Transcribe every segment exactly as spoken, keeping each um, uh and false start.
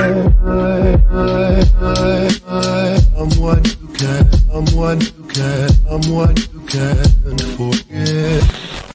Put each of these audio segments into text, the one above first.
I'm one who can, I'm one who can, I'm one who can forget.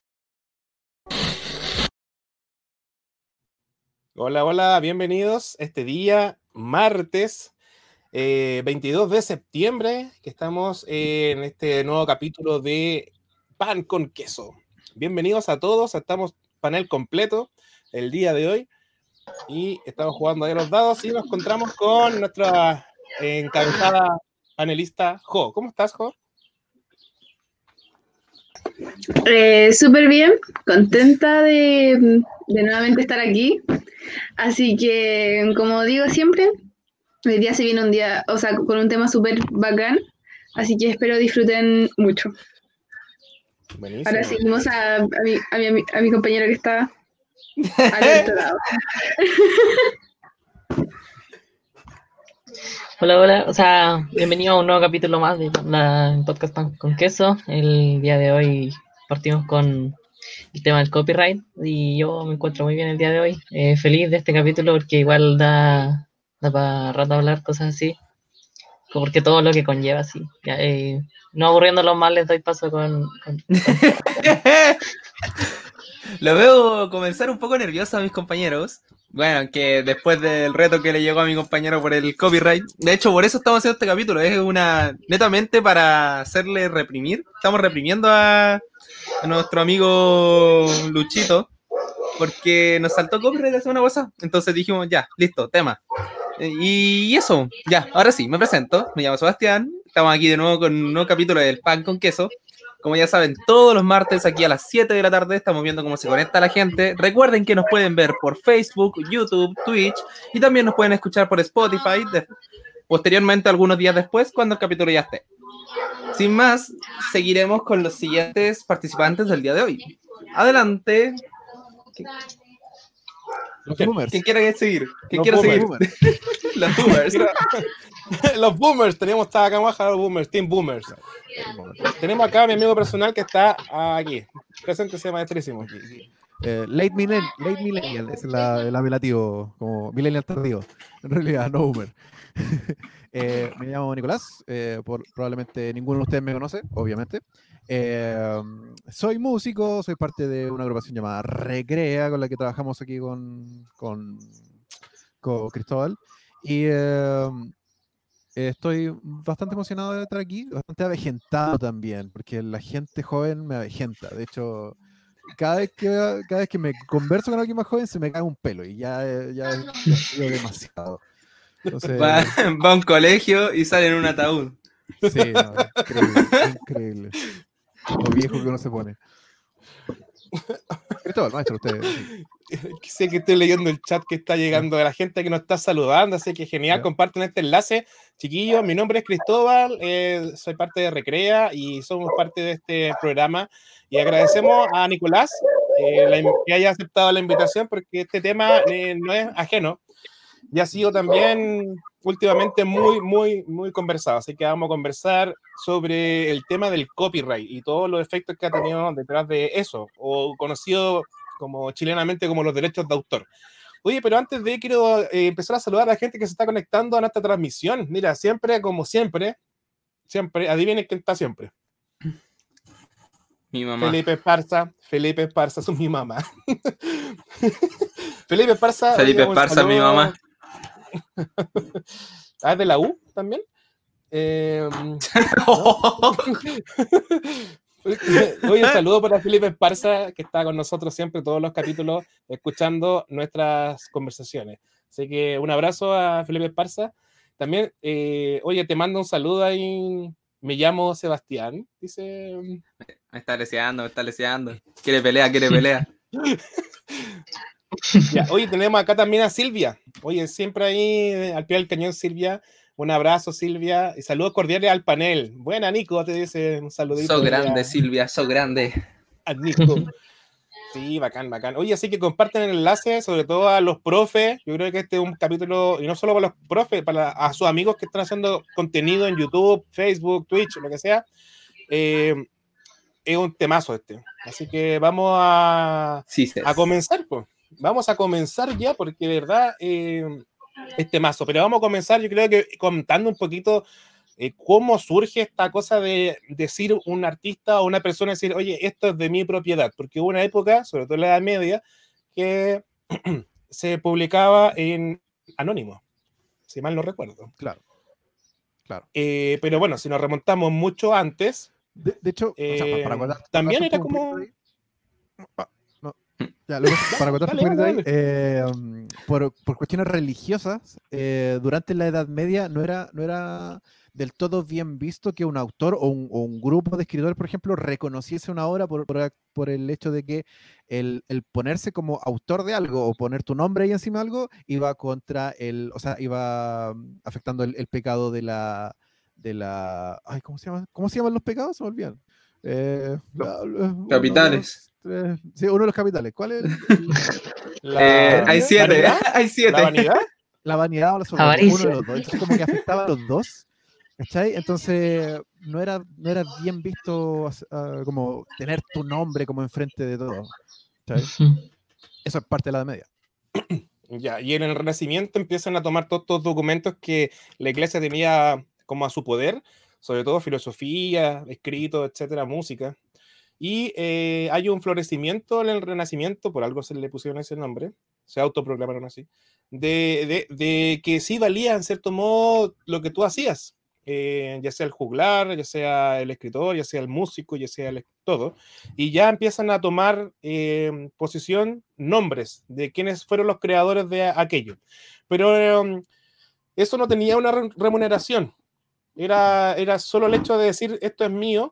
Hola, hola, bienvenidos este día, martes eh, veintidós de septiembre, que estamos eh, en este nuevo capítulo de Pan con Queso. Bienvenidos a todos, estamos panel completo el día de hoy y estamos jugando ahí a los dados y nos encontramos con nuestra encabezada panelista Jo. ¿Cómo estás, Jo? Eh, Súper bien, contenta de, de nuevamente estar aquí. Así que, como digo siempre, hoy día se viene un día, o sea, con un tema súper bacán. Así que espero disfruten mucho. Buenísimo. Ahora seguimos a, a, mi, a, mi, a mi compañero que está al otro lado. Hola, hola, o sea, bienvenido a un nuevo capítulo más de la podcast Pan con Queso. El día de hoy partimos con el tema del copyright y yo me encuentro muy bien el día de hoy, eh, feliz de este capítulo porque igual da, da para rato hablar cosas así, porque todo lo que conlleva así. Ya, eh, no aburriéndolos más, les doy paso con... con, con... Lo veo comenzar un poco nervioso a mis compañeros. Bueno, que después del reto que le llegó a mi compañero por el copyright. De hecho, por eso estamos haciendo este capítulo. Es una netamente para hacerle reprimir. Estamos reprimiendo a, a nuestro amigo Luchito. Porque nos saltó copyright la semana pasada. Entonces dijimos, ya, listo, tema. Y eso, ya, ahora sí, me presento. Me llamo Sebastián. Estamos aquí de nuevo con un nuevo capítulo del Pan con Queso. Como ya saben, todos los martes aquí a las siete de la tarde estamos viendo cómo se conecta la gente. Recuerden que nos pueden ver por Facebook, YouTube, Twitch y también nos pueden escuchar por Spotify de, posteriormente algunos días después cuando el capítulo ya esté. Sin más, seguiremos con los siguientes participantes del día de hoy. Adelante. Los ¿Quién, boomers. ¿Quién quiere seguir? ¿Quién Los quiere seguir? boomers. Los boomers. Los boomers, tenemos acá abajo los boomers, Team Boomers. Tenemos acá a mi amigo personal que está aquí. Preséntese, maestrísimo. Aquí, aquí. Eh, late, millennial, late millennial, es la, el apelativo, como millennial tardío. En realidad, no boomer. eh, me llamo Nicolás, eh, por, probablemente ninguno de ustedes me conoce, obviamente. Eh, soy músico, soy parte de una agrupación llamada Recrea, con la que trabajamos aquí con, con, con Cristóbal. Y eh, estoy bastante emocionado de estar aquí, bastante avejentado también, porque la gente joven me avejenta. De hecho, cada vez que, cada vez que me converso con alguien más joven se me cae un pelo y ya, ya, ya ha sido demasiado. Entonces, Va, va a un colegio y sale en un ataúd. sí, no, increíble, increíble. Lo viejo que uno se pone. Cristóbal, maestro, usted. Sí. Sé que estoy leyendo el chat que está llegando de la gente que nos está saludando, así que genial, Ya. Comparten este enlace. Chiquillos, mi nombre es Cristóbal, eh, soy parte de Recrea y somos parte de este programa. Y agradecemos a Nicolás eh, la, que haya aceptado la invitación porque este tema eh, no es ajeno y ha sido también últimamente muy, muy, muy conversado. Así que vamos a conversar sobre el tema del copyright y todos los efectos que ha tenido detrás de eso, o conocido como chilenamente como los derechos de autor. Oye, pero antes de quiero eh, empezar a saludar a la gente que se está conectando a nuestra transmisión. Mira, siempre, como siempre, siempre, adivinen quién está siempre. Mi mamá. Felipe Esparza, Felipe Esparza, es mi mamá. Felipe Esparza. Felipe oye, Esparza, mi mamá. ¿Ah, es de la U también? Eh, Oye, un saludo para Felipe Esparza, que está con nosotros siempre todos los capítulos, escuchando nuestras conversaciones. Así que un abrazo a Felipe Esparza. También, eh, oye, te mando un saludo ahí. Me llamo Sebastián, dice. Me está leseando, me está leseando. Quiere pelea, quiere pelea. Ya, oye, tenemos acá también a Silvia. Oye, siempre ahí al pie del cañón, Silvia. Un abrazo, Silvia. Y saludos cordiales al panel. Buena, Nico, te dice un saludito. So grande, a, Silvia, so grande. A Nico. Sí, bacán, bacán. Oye, así que comparten el enlace, sobre todo a los profes. Yo creo que este es un capítulo, y no solo para los profes, para a sus amigos que están haciendo contenido en YouTube, Facebook, Twitch, lo que sea. Eh, es un temazo este. Así que vamos a, Sí, a comenzar, pues. Vamos a comenzar ya, porque de verdad, eh, este mazo. Pero vamos a comenzar, yo creo que contando un poquito eh, cómo surge esta cosa de decir un artista o una persona, decir, oye, esto es de mi propiedad. Porque hubo una época, sobre todo en la Edad Media, que se publicaba en anónimo, si mal no recuerdo. Claro, claro. Eh, pero bueno, si nos remontamos mucho antes, De, de hecho, eh, o sea, para, para contar- también contarte era un poquito como... ahí- Ah, no. Ya, lo que- para contarte dale, un poquito dale, ahí, eh, um, por, por cuestiones religiosas, eh, durante la Edad Media no era, no era del todo bien visto que un autor o un, o un grupo de escritores, por ejemplo, reconociese una obra por, por, por el hecho de que el, el ponerse como autor de algo o poner tu nombre ahí encima de algo iba contra el, o sea, iba um, afectando el, el pecado de la, de la, ay, ¿cómo se llama? ¿Cómo se llaman los pecados? Se me olvidan. Eh, la- uno, Capitales. dos, tres, sí, uno de los capitales. ¿Cuál es? El- el- la, Eh, hay siete, ¿vanidad? hay siete. ¿La vanidad? la vanidad o la soberbia, Avaricia. uno de los dos. Entonces, como que afectaba a los dos, ¿cachai? Entonces, no era, no era bien visto uh, como tener tu nombre como enfrente de todo, ¿cachai? Eso es parte de la Edad Media. Ya, y en el Renacimiento empiezan a tomar todos estos documentos que la iglesia tenía como a su poder, sobre todo filosofía, escritos, etcétera, música. Y eh, hay un florecimiento en el Renacimiento, por algo se le pusieron ese nombre, se autoproclamaron así, de, de, de que sí valía en cierto modo lo que tú hacías, eh, ya sea el juglar, ya sea el escritor, ya sea el músico, ya sea el todo, y ya empiezan a tomar eh, posición nombres de quienes fueron los creadores de aquello. Pero eh, eso no tenía una remuneración, era, era solo el hecho de decir esto es mío.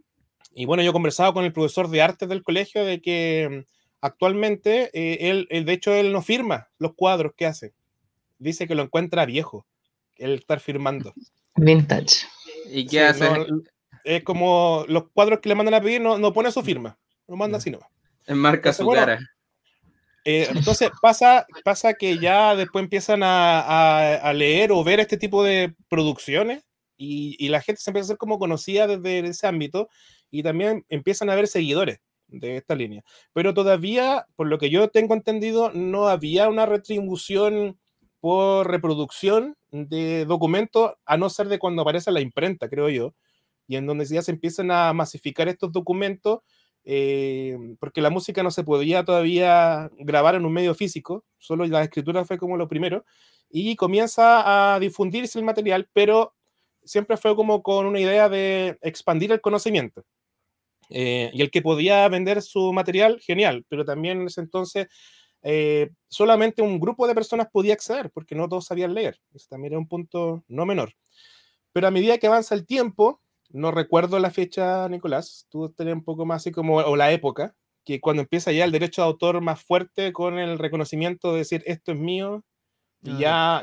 Y bueno, yo he conversado con el profesor de arte del colegio de que actualmente eh, él, él, de hecho, él no firma los cuadros que hace. Dice que lo encuentra viejo, el estar firmando. Vintage. ¿Y qué Sí, hace? no, es como los cuadros que le mandan a pedir, no, no pone su firma, lo manda así nomás. Enmarca Entonces, su bueno, cara. Eh, entonces pasa, pasa que ya después empiezan a, a, a leer o ver este tipo de producciones y, y la gente se empieza a hacer como conocida desde ese ámbito y también empiezan a haber seguidores de esta línea. Pero todavía, por lo que yo tengo entendido, no había una retribución por reproducción de documentos, a no ser de cuando aparece la imprenta, creo yo, y en donde ya se empiezan a masificar estos documentos. Eh, porque la música no se podía todavía grabar en un medio físico, solo la escritura fue como lo primero, y comienza a difundirse el material, pero siempre fue como con una idea de expandir el conocimiento. Eh, y el que podía vender su material, genial, pero también en ese entonces eh, solamente un grupo de personas podía acceder, porque no todos sabían leer. Eso también era un punto no menor. Pero a medida que avanza el tiempo, no recuerdo la fecha, Nicolás, tú tenés un poco más así como, o la época, que cuando empieza ya el derecho de autor más fuerte con el reconocimiento de decir esto es mío, y Ah, ya...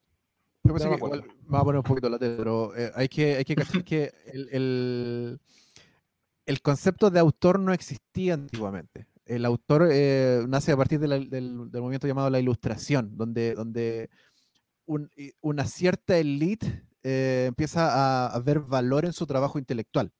Yo pensé no me que acuerdo. igual me va a poner un poquito la tele, pero eh, hay que, hay que cachar que el, el, el concepto de autor no existía antiguamente. El autor eh, nace a partir de la, del, del movimiento llamado la Ilustración, donde, donde un, una cierta élite eh, empieza a, a ver valor en su trabajo intelectual.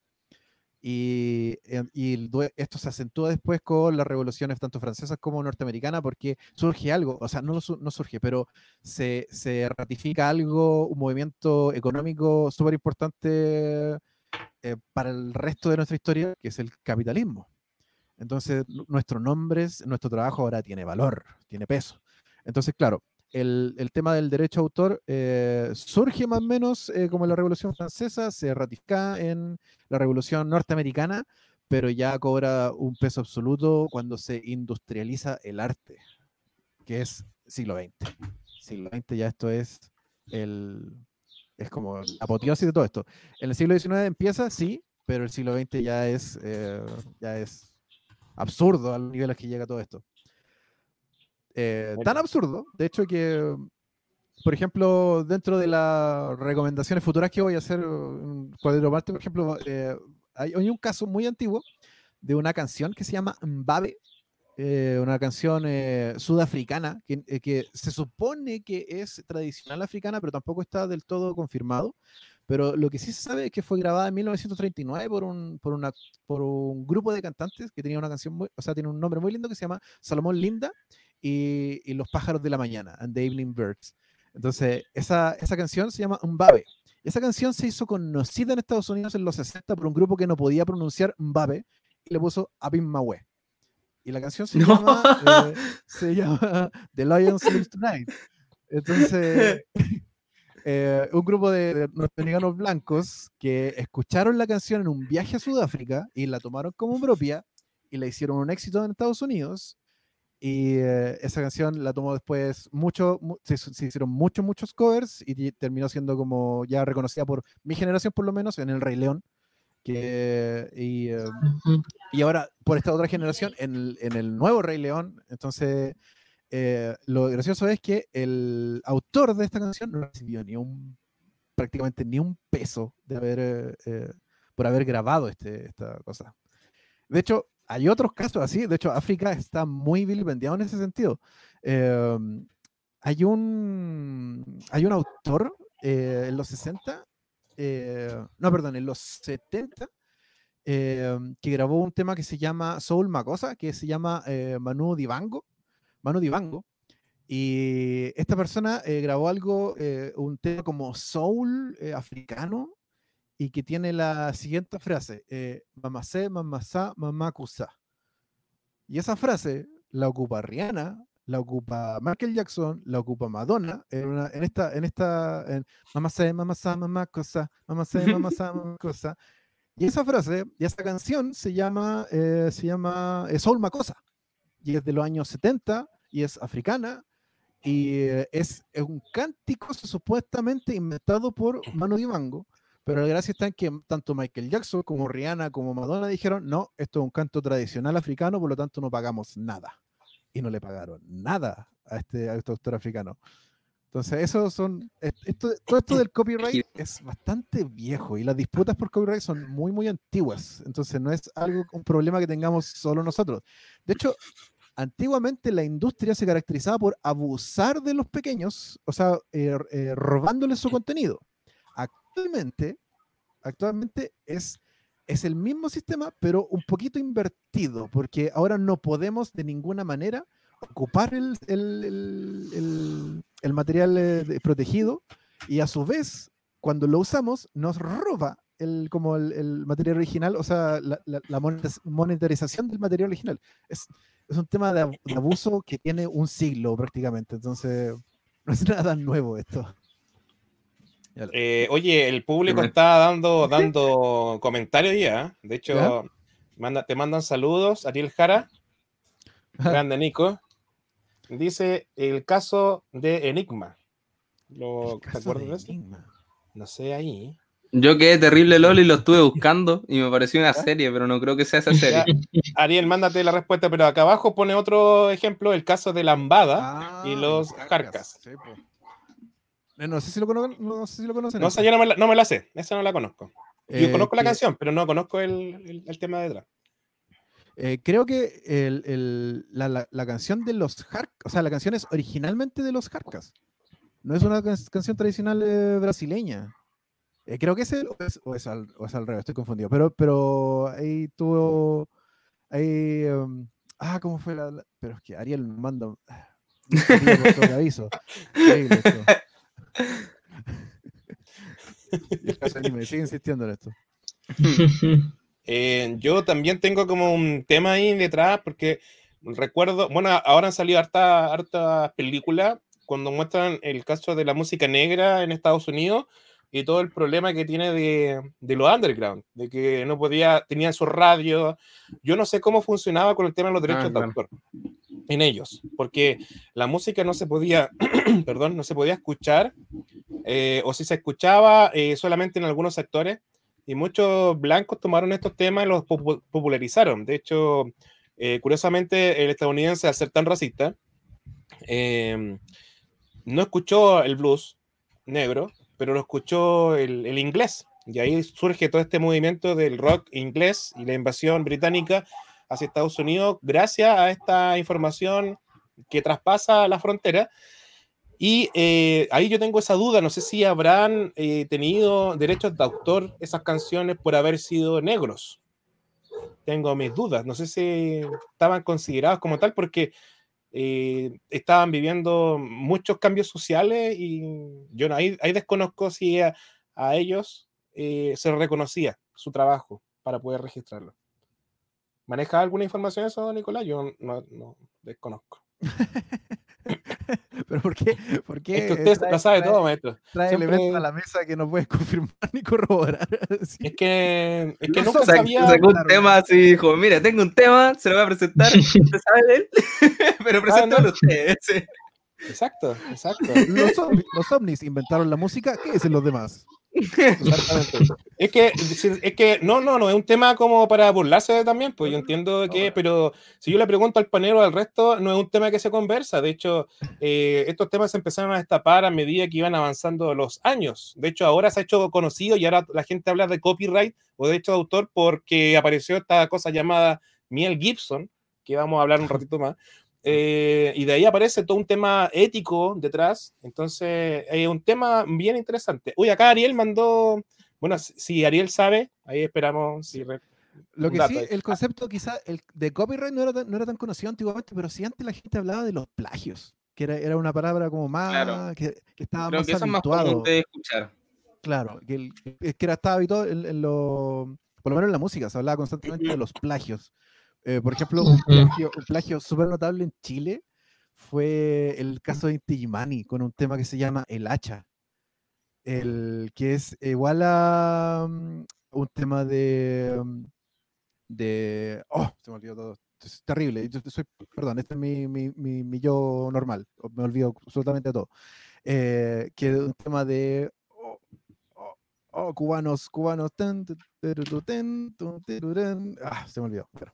Y, y esto se acentúa después con las revoluciones tanto francesas como norteamericanas, porque surge algo, o sea, no, no surge, pero se, se ratifica algo, un movimiento económico súper importante eh, para el resto de nuestra historia, que es el capitalismo. Entonces, nuestros nombres, nuestro trabajo ahora tiene valor, tiene peso. Entonces, claro, el, el tema del derecho a autor eh, surge más o menos eh, como en la Revolución Francesa, se ratifica en la Revolución Norteamericana, pero ya cobra un peso absoluto cuando se industrializa el arte, que es siglo veinte. Siglo veinte ya esto es el es como la apoteosis de todo esto. En el siglo diecinueve empieza, sí, pero el siglo veinte ya es eh, ya es absurdo a los niveles que llega todo esto. Eh, tan absurdo, de hecho, que, por ejemplo, dentro de las recomendaciones futuras que voy a hacer, un cuadrito parte, por ejemplo, eh, hay, hay un caso muy antiguo de una canción que se llama Mbabe, eh, una canción eh, sudafricana que, eh, que se supone que es tradicional africana, pero tampoco está del todo confirmado. Pero lo que sí se sabe es que fue grabada en mil novecientos treinta y nueve por un, por una, por un grupo de cantantes que tenía una canción muy, o sea, tiene un nombre muy lindo que se llama Salomón Linda y, y Los Pájaros de la Mañana, and the Evening Birds. Entonces, esa, esa canción se llama Mbabe. Esa canción se hizo conocida en Estados Unidos en los sesenta por un grupo que no podía pronunciar Mbabe y le puso Abim Mawe. Y la canción se, No. llama, eh, se llama The Lion Sleeps Tonight. Entonces, eh, un grupo de, de norteamericanos blancos que escucharon la canción en un viaje a Sudáfrica y la tomaron como propia y la hicieron un éxito en Estados Unidos. Y eh, esa canción la tomó después mucho, mu se, se hicieron muchos, muchos covers y terminó siendo como ya reconocida por mi generación por lo menos en El Rey León. Que, y, eh, Ujú. y ahora por esta otra generación en el, en el nuevo Rey León. Entonces eh, lo gracioso es que el autor de esta canción no recibió ni un prácticamente ni un peso de haber eh, eh, por haber grabado este, esta cosa. De hecho hay otros casos así. De hecho África está muy vilipendiado en ese sentido. eh, hay un hay un autor eh, en los sesenta Eh, no, perdón, en los setenta, eh, que grabó un tema que se llama Soul Makossa, que se llama eh, Manu Dibango, Manu Dibango, y esta persona eh, grabó algo, eh, un tema como soul eh, africano, y que tiene la siguiente frase, eh, Mamase, Mamasa, Mamakusa. Y esa frase la ocupa Rihanna, la ocupa Michael Jackson, la ocupa Madonna en, una, en esta, en esta, en mamá sé, mamá sa, mamá cosa, mamá sé, mamá sa, mamá cosa. Y esa frase, y esa canción se llama, eh, se llama eh, Soul Makossa, y es de los años setenta, y es africana, y eh, es, es un cántico supuestamente inventado por Manu Dibango, pero la gracia está en que tanto Michael Jackson como Rihanna como Madonna dijeron, no, esto es un canto tradicional africano, por lo tanto no pagamos nada. Y no le pagaron nada a este, a este autor africano. Entonces, eso son, esto, todo esto del copyright es bastante viejo y las disputas por copyright son muy, muy antiguas. Entonces, no es algo, un problema que tengamos solo nosotros. De hecho, antiguamente la industria se caracterizaba por abusar de los pequeños, o sea, eh, eh, robándoles su contenido. Actualmente, actualmente es... es el mismo sistema, pero un poquito invertido, porque ahora no podemos de ninguna manera ocupar el, el, el, el, el material eh, protegido y a su vez, cuando lo usamos, nos roba el, como el, el material original, o sea, la, la, la monetarización del material original. Es, es un tema de, de abuso que tiene un siglo prácticamente, entonces no es nada nuevo esto. Eh, oye, el público está dando, dando comentarios ya. De hecho, manda, te mandan saludos. Ariel Jara, grande Nico. Dice el caso de Enigma. Lo, ¿Te acuerdas de eso? No sé, ahí. Yo quedé terrible LOL y lo estuve buscando y me pareció una serie, pero no creo que sea esa serie. Ya. Ariel, mándate la respuesta, pero acá abajo pone otro ejemplo, el caso de Lambada ah, y los Jarcas. Sí, pues. No sé si lo conocen. No sé si lo conocen. No, esa yo no me, la, no me la sé. Esa no la conozco. Yo eh, conozco la que, canción, pero no conozco el, el, el tema de detrás. Eh, creo que el, el, la, la, la canción de los Jarcas, o sea, la canción es originalmente de los Jarcas. No es una can canción tradicional eh, brasileña. Eh, creo que es, el, o, es, o, es al, o es al revés, estoy confundido. Pero, pero ahí tuvo. Ahí. Um, ah, ¿cómo fue la, la? Pero es que Ariel me manda. Me aviso. Increíble esto. Y el caso de anime, sigue insistiendo en esto. Eh, yo también tengo como un tema ahí detrás, porque recuerdo, bueno, ahora han salido hartas harta películas cuando muestran el caso de la música negra en Estados Unidos y todo el problema que tiene de, de lo underground, de que no podía, tenían su radio. Yo no sé cómo funcionaba con el tema de los derechos ah, de autor en ellos, porque la música no se podía, perdón, no se podía escuchar, eh, o si se escuchaba eh, solamente en algunos sectores, y muchos blancos tomaron estos temas y los pop popularizaron. De hecho, eh, curiosamente, el estadounidense, al ser tan racista, eh, no escuchó el blues negro, pero lo escuchó el, el inglés, y ahí surge todo este movimiento del rock inglés y la invasión británica hacia Estados Unidos gracias a esta información que traspasa la frontera. Y eh, ahí yo tengo esa duda, no sé si habrán eh, tenido derechos de autor esas canciones por haber sido negros. Tengo mis dudas, no sé si estaban considerados como tal, porque eh, estaban viviendo muchos cambios sociales y yo no, ahí, ahí desconozco si a, a ellos eh, se reconocía su trabajo para poder registrarlo. ¿Maneja alguna información de eso, Nicolás? Yo no, no desconozco. ¿Pero por qué? ¿Por qué Es que usted trae, lo sabe trae- todo, maestro. trae Siempre- elementos a la mesa que no puedes confirmar ni corroborar? Sí. Es que, es que Lo nunca sabe, sabía. Sacó un Claro. tema así, dijo, mira, tengo un tema, se lo voy a presentar, ¿usted sabe de él? Pero preséntelo no. usted. Sí. Exacto, exacto. Los, ovnis, los ovnis inventaron la música, ¿qué dicen los demás? Exactamente. Es que, es que no, no, no, es un tema como para burlarse también, pues yo entiendo que, pero si yo le pregunto al panel o al resto, no es un tema que se conversa. De hecho, eh, estos temas se empezaron a destapar a medida que iban avanzando los años. De hecho, ahora se ha hecho conocido y ahora la gente habla de copyright o de hecho de autor porque apareció esta cosa llamada Miel Gibson, que vamos a hablar un ratito más. Eh, y de ahí aparece todo un tema ético detrás, entonces es un tema bien interesante. Uy, acá Ariel mandó, bueno, si, si Ariel sabe, ahí esperamos. Si re, Lo un que dato sí, ahí. el concepto quizá el de copyright no era, tan, no era tan conocido antiguamente, pero sí antes la gente hablaba de los plagios, que era, era una palabra como más, Claro. que, que estaba Creo más que eso es más habituado. común de escuchar. Claro, que, el, es que era, estaba habituado en, en lo, por lo menos en la música, se hablaba constantemente de los plagios. Eh, por ejemplo, un plagio, un plagio súper notable en Chile fue el caso de Inti Illimani con un tema que se llama El Hacha, el que es igual a um, un tema de, um, de... Oh, se me olvidó todo. Es terrible. Yo soy, perdón, este es mi, mi, mi, mi yo normal. Me olvido absolutamente de todo. Eh, que es un tema de... Oh, oh, oh, cubanos, cubanos. Ten, terutu, ten, tu, terurén. Ah, se me olvidó. Pero,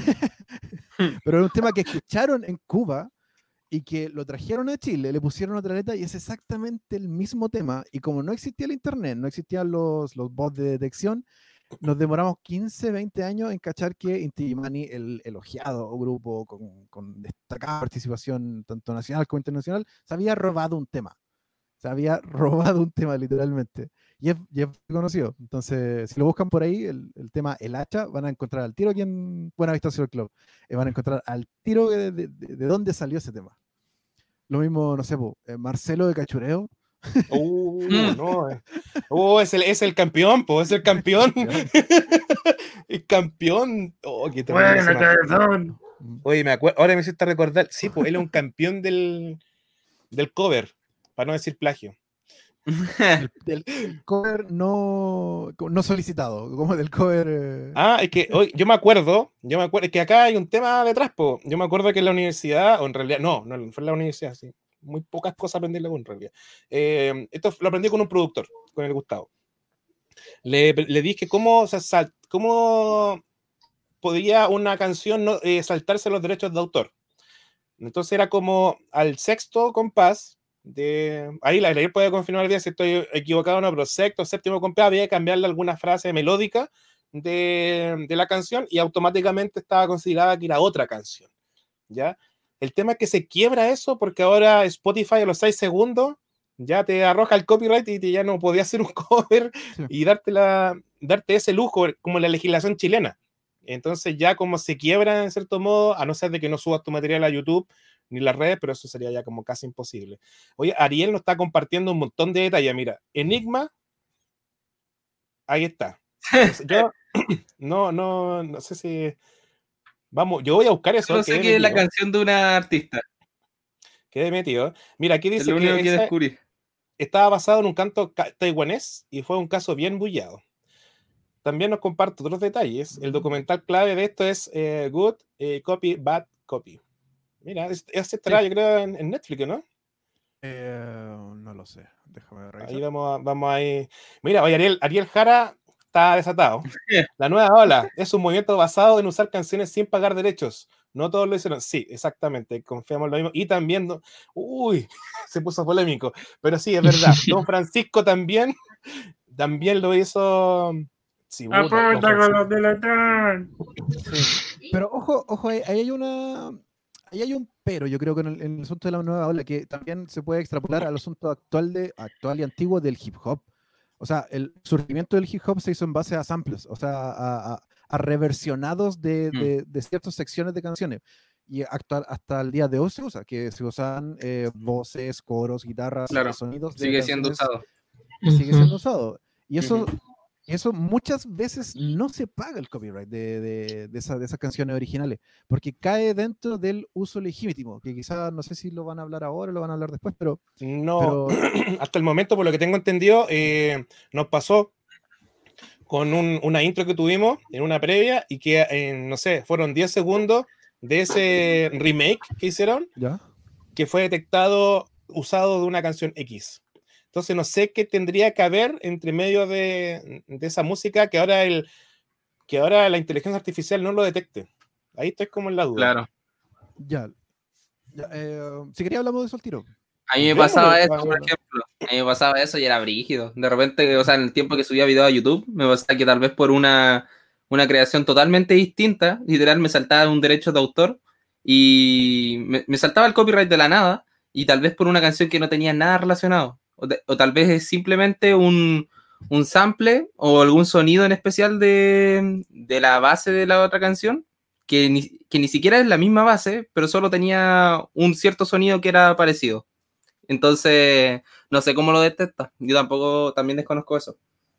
pero era un tema que escucharon en Cuba y que lo trajeron a Chile, le pusieron otra letra y es exactamente el mismo tema. Y como no existía el internet, no existían los, los bots de detección, nos demoramos quince, veinte años en cachar que Inti Illimani, el elogiado grupo con, con destacada participación tanto nacional como internacional, se había robado un tema. Se había robado un tema literalmente. Y es, y es conocido. Entonces, si lo buscan por ahí, el, el tema El Hacha, van a encontrar al tiro aquí en Buenavista Social Club. Eh, van a encontrar al tiro de, de, de, de dónde salió ese tema. Lo mismo, no sé, po, eh, Marcelo de Cachureo. Uh, no, eh. uh, es, el, es el campeón, pues, es el campeón. El campeón. Oh, qué terrible ese man. Oye, me acuerdo, ahora me hiciste recordar, sí, pues él es un campeón del, del cover, para no decir plagio. del, del, del cover no, no solicitado, como del cover. Eh... Ah, es que hoy yo me acuerdo, yo me acuerdo, es que acá hay un tema detrás, po. Yo me acuerdo que en la universidad, o en realidad, no, no fue en la universidad, sí. Muy pocas cosas aprendí en la U en realidad. Eh, esto lo aprendí con un productor, con el Gustavo. Le, le dije cómo, o sea, sal, cómo podía una canción no, eh, saltarse los derechos de autor. Entonces era como al sexto compás, de, ahí la ley puede confirmar bien si estoy equivocado o no, pero sexto, séptimo compás había que cambiarle alguna frase melódica de, de la canción y automáticamente estaba considerada que era otra canción, ¿ya? El tema es que se quiebra eso porque ahora Spotify a los seis segundos ya te arroja el copyright y te ya no podía hacer un cover sí. y darte, la, darte ese lujo como la legislación chilena. Entonces ya como se quiebra en cierto modo, a no ser de que no subas tu material a YouTube ni las redes, pero eso sería ya como casi imposible. Oye, Ariel nos está compartiendo un montón de detalles. Mira, Enigma, ahí está. Entonces, yo no, no, no sé si... Vamos, yo voy a buscar eso. No sé qué es la canción de una artista. Quedé metido. Mira, aquí dice es lo único que, que descubrí. Estaba basado en un canto taiwanés y fue un caso bien bullado. También nos comparto otros detalles. El documental clave de esto es eh, Good eh, Copy, Bad Copy. Mira, este estará, sí. yo creo, en, en Netflix, ¿no? Eh, no lo sé. Déjame revisar. Ahí vamos, vamos ahí. Mira, oye, Ariel, Ariel Jara está desatado. La nueva ola es un movimiento basado en usar canciones sin pagar derechos. No todos lo hicieron. Sí, exactamente. Confiamos en lo mismo. Y también, uy, se puso polémico. Pero sí, es verdad. Don Francisco también, también lo hizo. Sí, ¡Apunta con los de Letrán! Sí. Pero ojo, ojo, ahí hay una. Ahí hay un pero, yo creo que en el, en el asunto de la nueva ola, que también se puede extrapolar al asunto actual, de, actual y antiguo del hip hop. O sea, el surgimiento del hip hop se hizo en base a samples, o sea, a, a, a reversionados de, de, de ciertas secciones de canciones. y actual, hasta el día de hoy se usa, que se usan eh, voces, coros, guitarras, Claro, sonidos de sigue siendo canciones, usado. sigue siendo usado. Y eso, Ujú. eso muchas veces no se paga el copyright de, de, de, esa, de esas canciones originales, porque cae dentro del uso legítimo, que quizás no sé si lo van a hablar ahora o lo van a hablar después, pero, No, pero hasta el momento, por lo que tengo entendido, eh, nos pasó con un- una intro que tuvimos en una previa y que, eh, no sé, fueron diez segundos de ese remake que hicieron, ya. que fue detectado usado de una canción X. Entonces no sé qué tendría que haber entre medio de, de esa música que ahora, el, que ahora la inteligencia artificial no lo detecte. Ahí estoy como en la duda. Claro. Ya, ya, eh, si quería hablamos de eso al tiro. A mí me Démosle, pasaba eso, pues, por ejemplo. A mí me pasaba eso y era brígido. De repente, o sea, en el tiempo que subía video a YouTube, me pasaba que tal vez por una, una creación totalmente distinta, literal, me saltaba un derecho de autor y me, me saltaba el copyright de la nada y tal vez por una canción que no tenía nada relacionado. O, de, o tal vez es simplemente un, un sample o algún sonido en especial de, de la base de la otra canción que ni, que ni siquiera es la misma base, pero solo tenía un cierto sonido que era parecido. Entonces, no sé cómo lo detecta. Yo tampoco, también desconozco eso.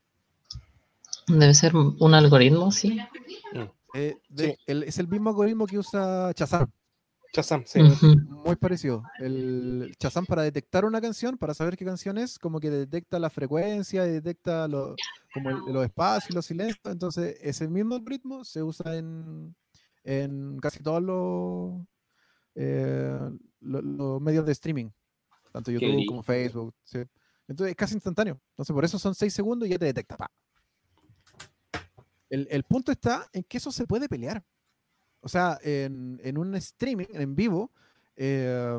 Debe ser un algoritmo, sí. Eh, de- Sí, el- es el mismo algoritmo que usa Shazam. Shazam, sí. Ujú. Muy parecido. El Shazam para detectar una canción, para saber qué canción es, como que detecta la frecuencia, y detecta lo- como el- los espacios y los silencios. Entonces, ese mismo algoritmo se usa en, en casi todos los, eh, lo- los medios de streaming, tanto Qué YouTube brillo. como Facebook. ¿Sí? Entonces, es casi instantáneo. Entonces, por eso son seis segundos y ya te detecta. Pa. El, el punto está en que eso se puede pelear. O sea, en, en un streaming, en vivo, eh,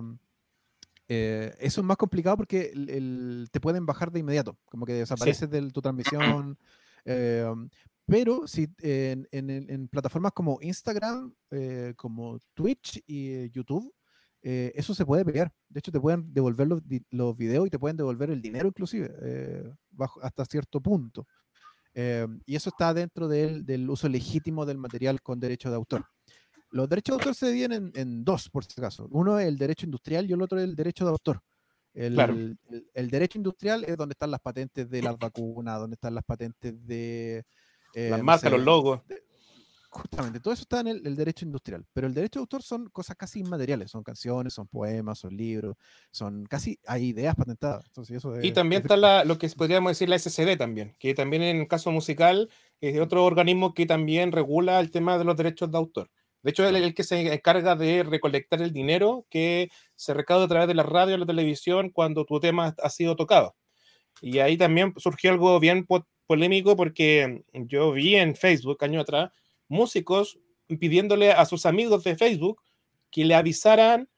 eh, eso es más complicado porque el- el- te pueden bajar de inmediato, como que Sí. desapareces de tu transmisión. eh, pero si en, en- en- en plataformas como Instagram, eh, como Twitch y eh, YouTube, eh, eso se puede pelear. De hecho, te pueden devolver los, di- los videos y te pueden devolver el dinero inclusive, eh, bajo, hasta cierto punto. Eh, y eso está dentro del, del uso legítimo del material con derecho de autor. Los derechos de autor se dividen en, en dos, por si acaso. Uno es el derecho industrial y el otro es el derecho de autor. Claro. El, el- el derecho industrial es donde están las patentes de las vacunas, donde están las patentes de, eh, Las no marcas, sé, los logos. de- justamente, todo eso está en el, el derecho industrial. Pero el derecho de autor son cosas casi inmateriales, son canciones, son poemas, son libros, son casi, hay ideas patentadas. Entonces eso Y es, también es está la, lo que podríamos decir la S C D también, que también en el caso musical es otro organismo que también regula el tema de los derechos de autor. De hecho, es el, el que se encarga de recolectar el dinero que se recauda a través de la radio y la televisión cuando tu tema ha sido tocado. Y ahí también surgió algo bien po polémico porque yo vi en Facebook, años atrás, músicos pidiéndole a sus amigos de Facebook que le avisaran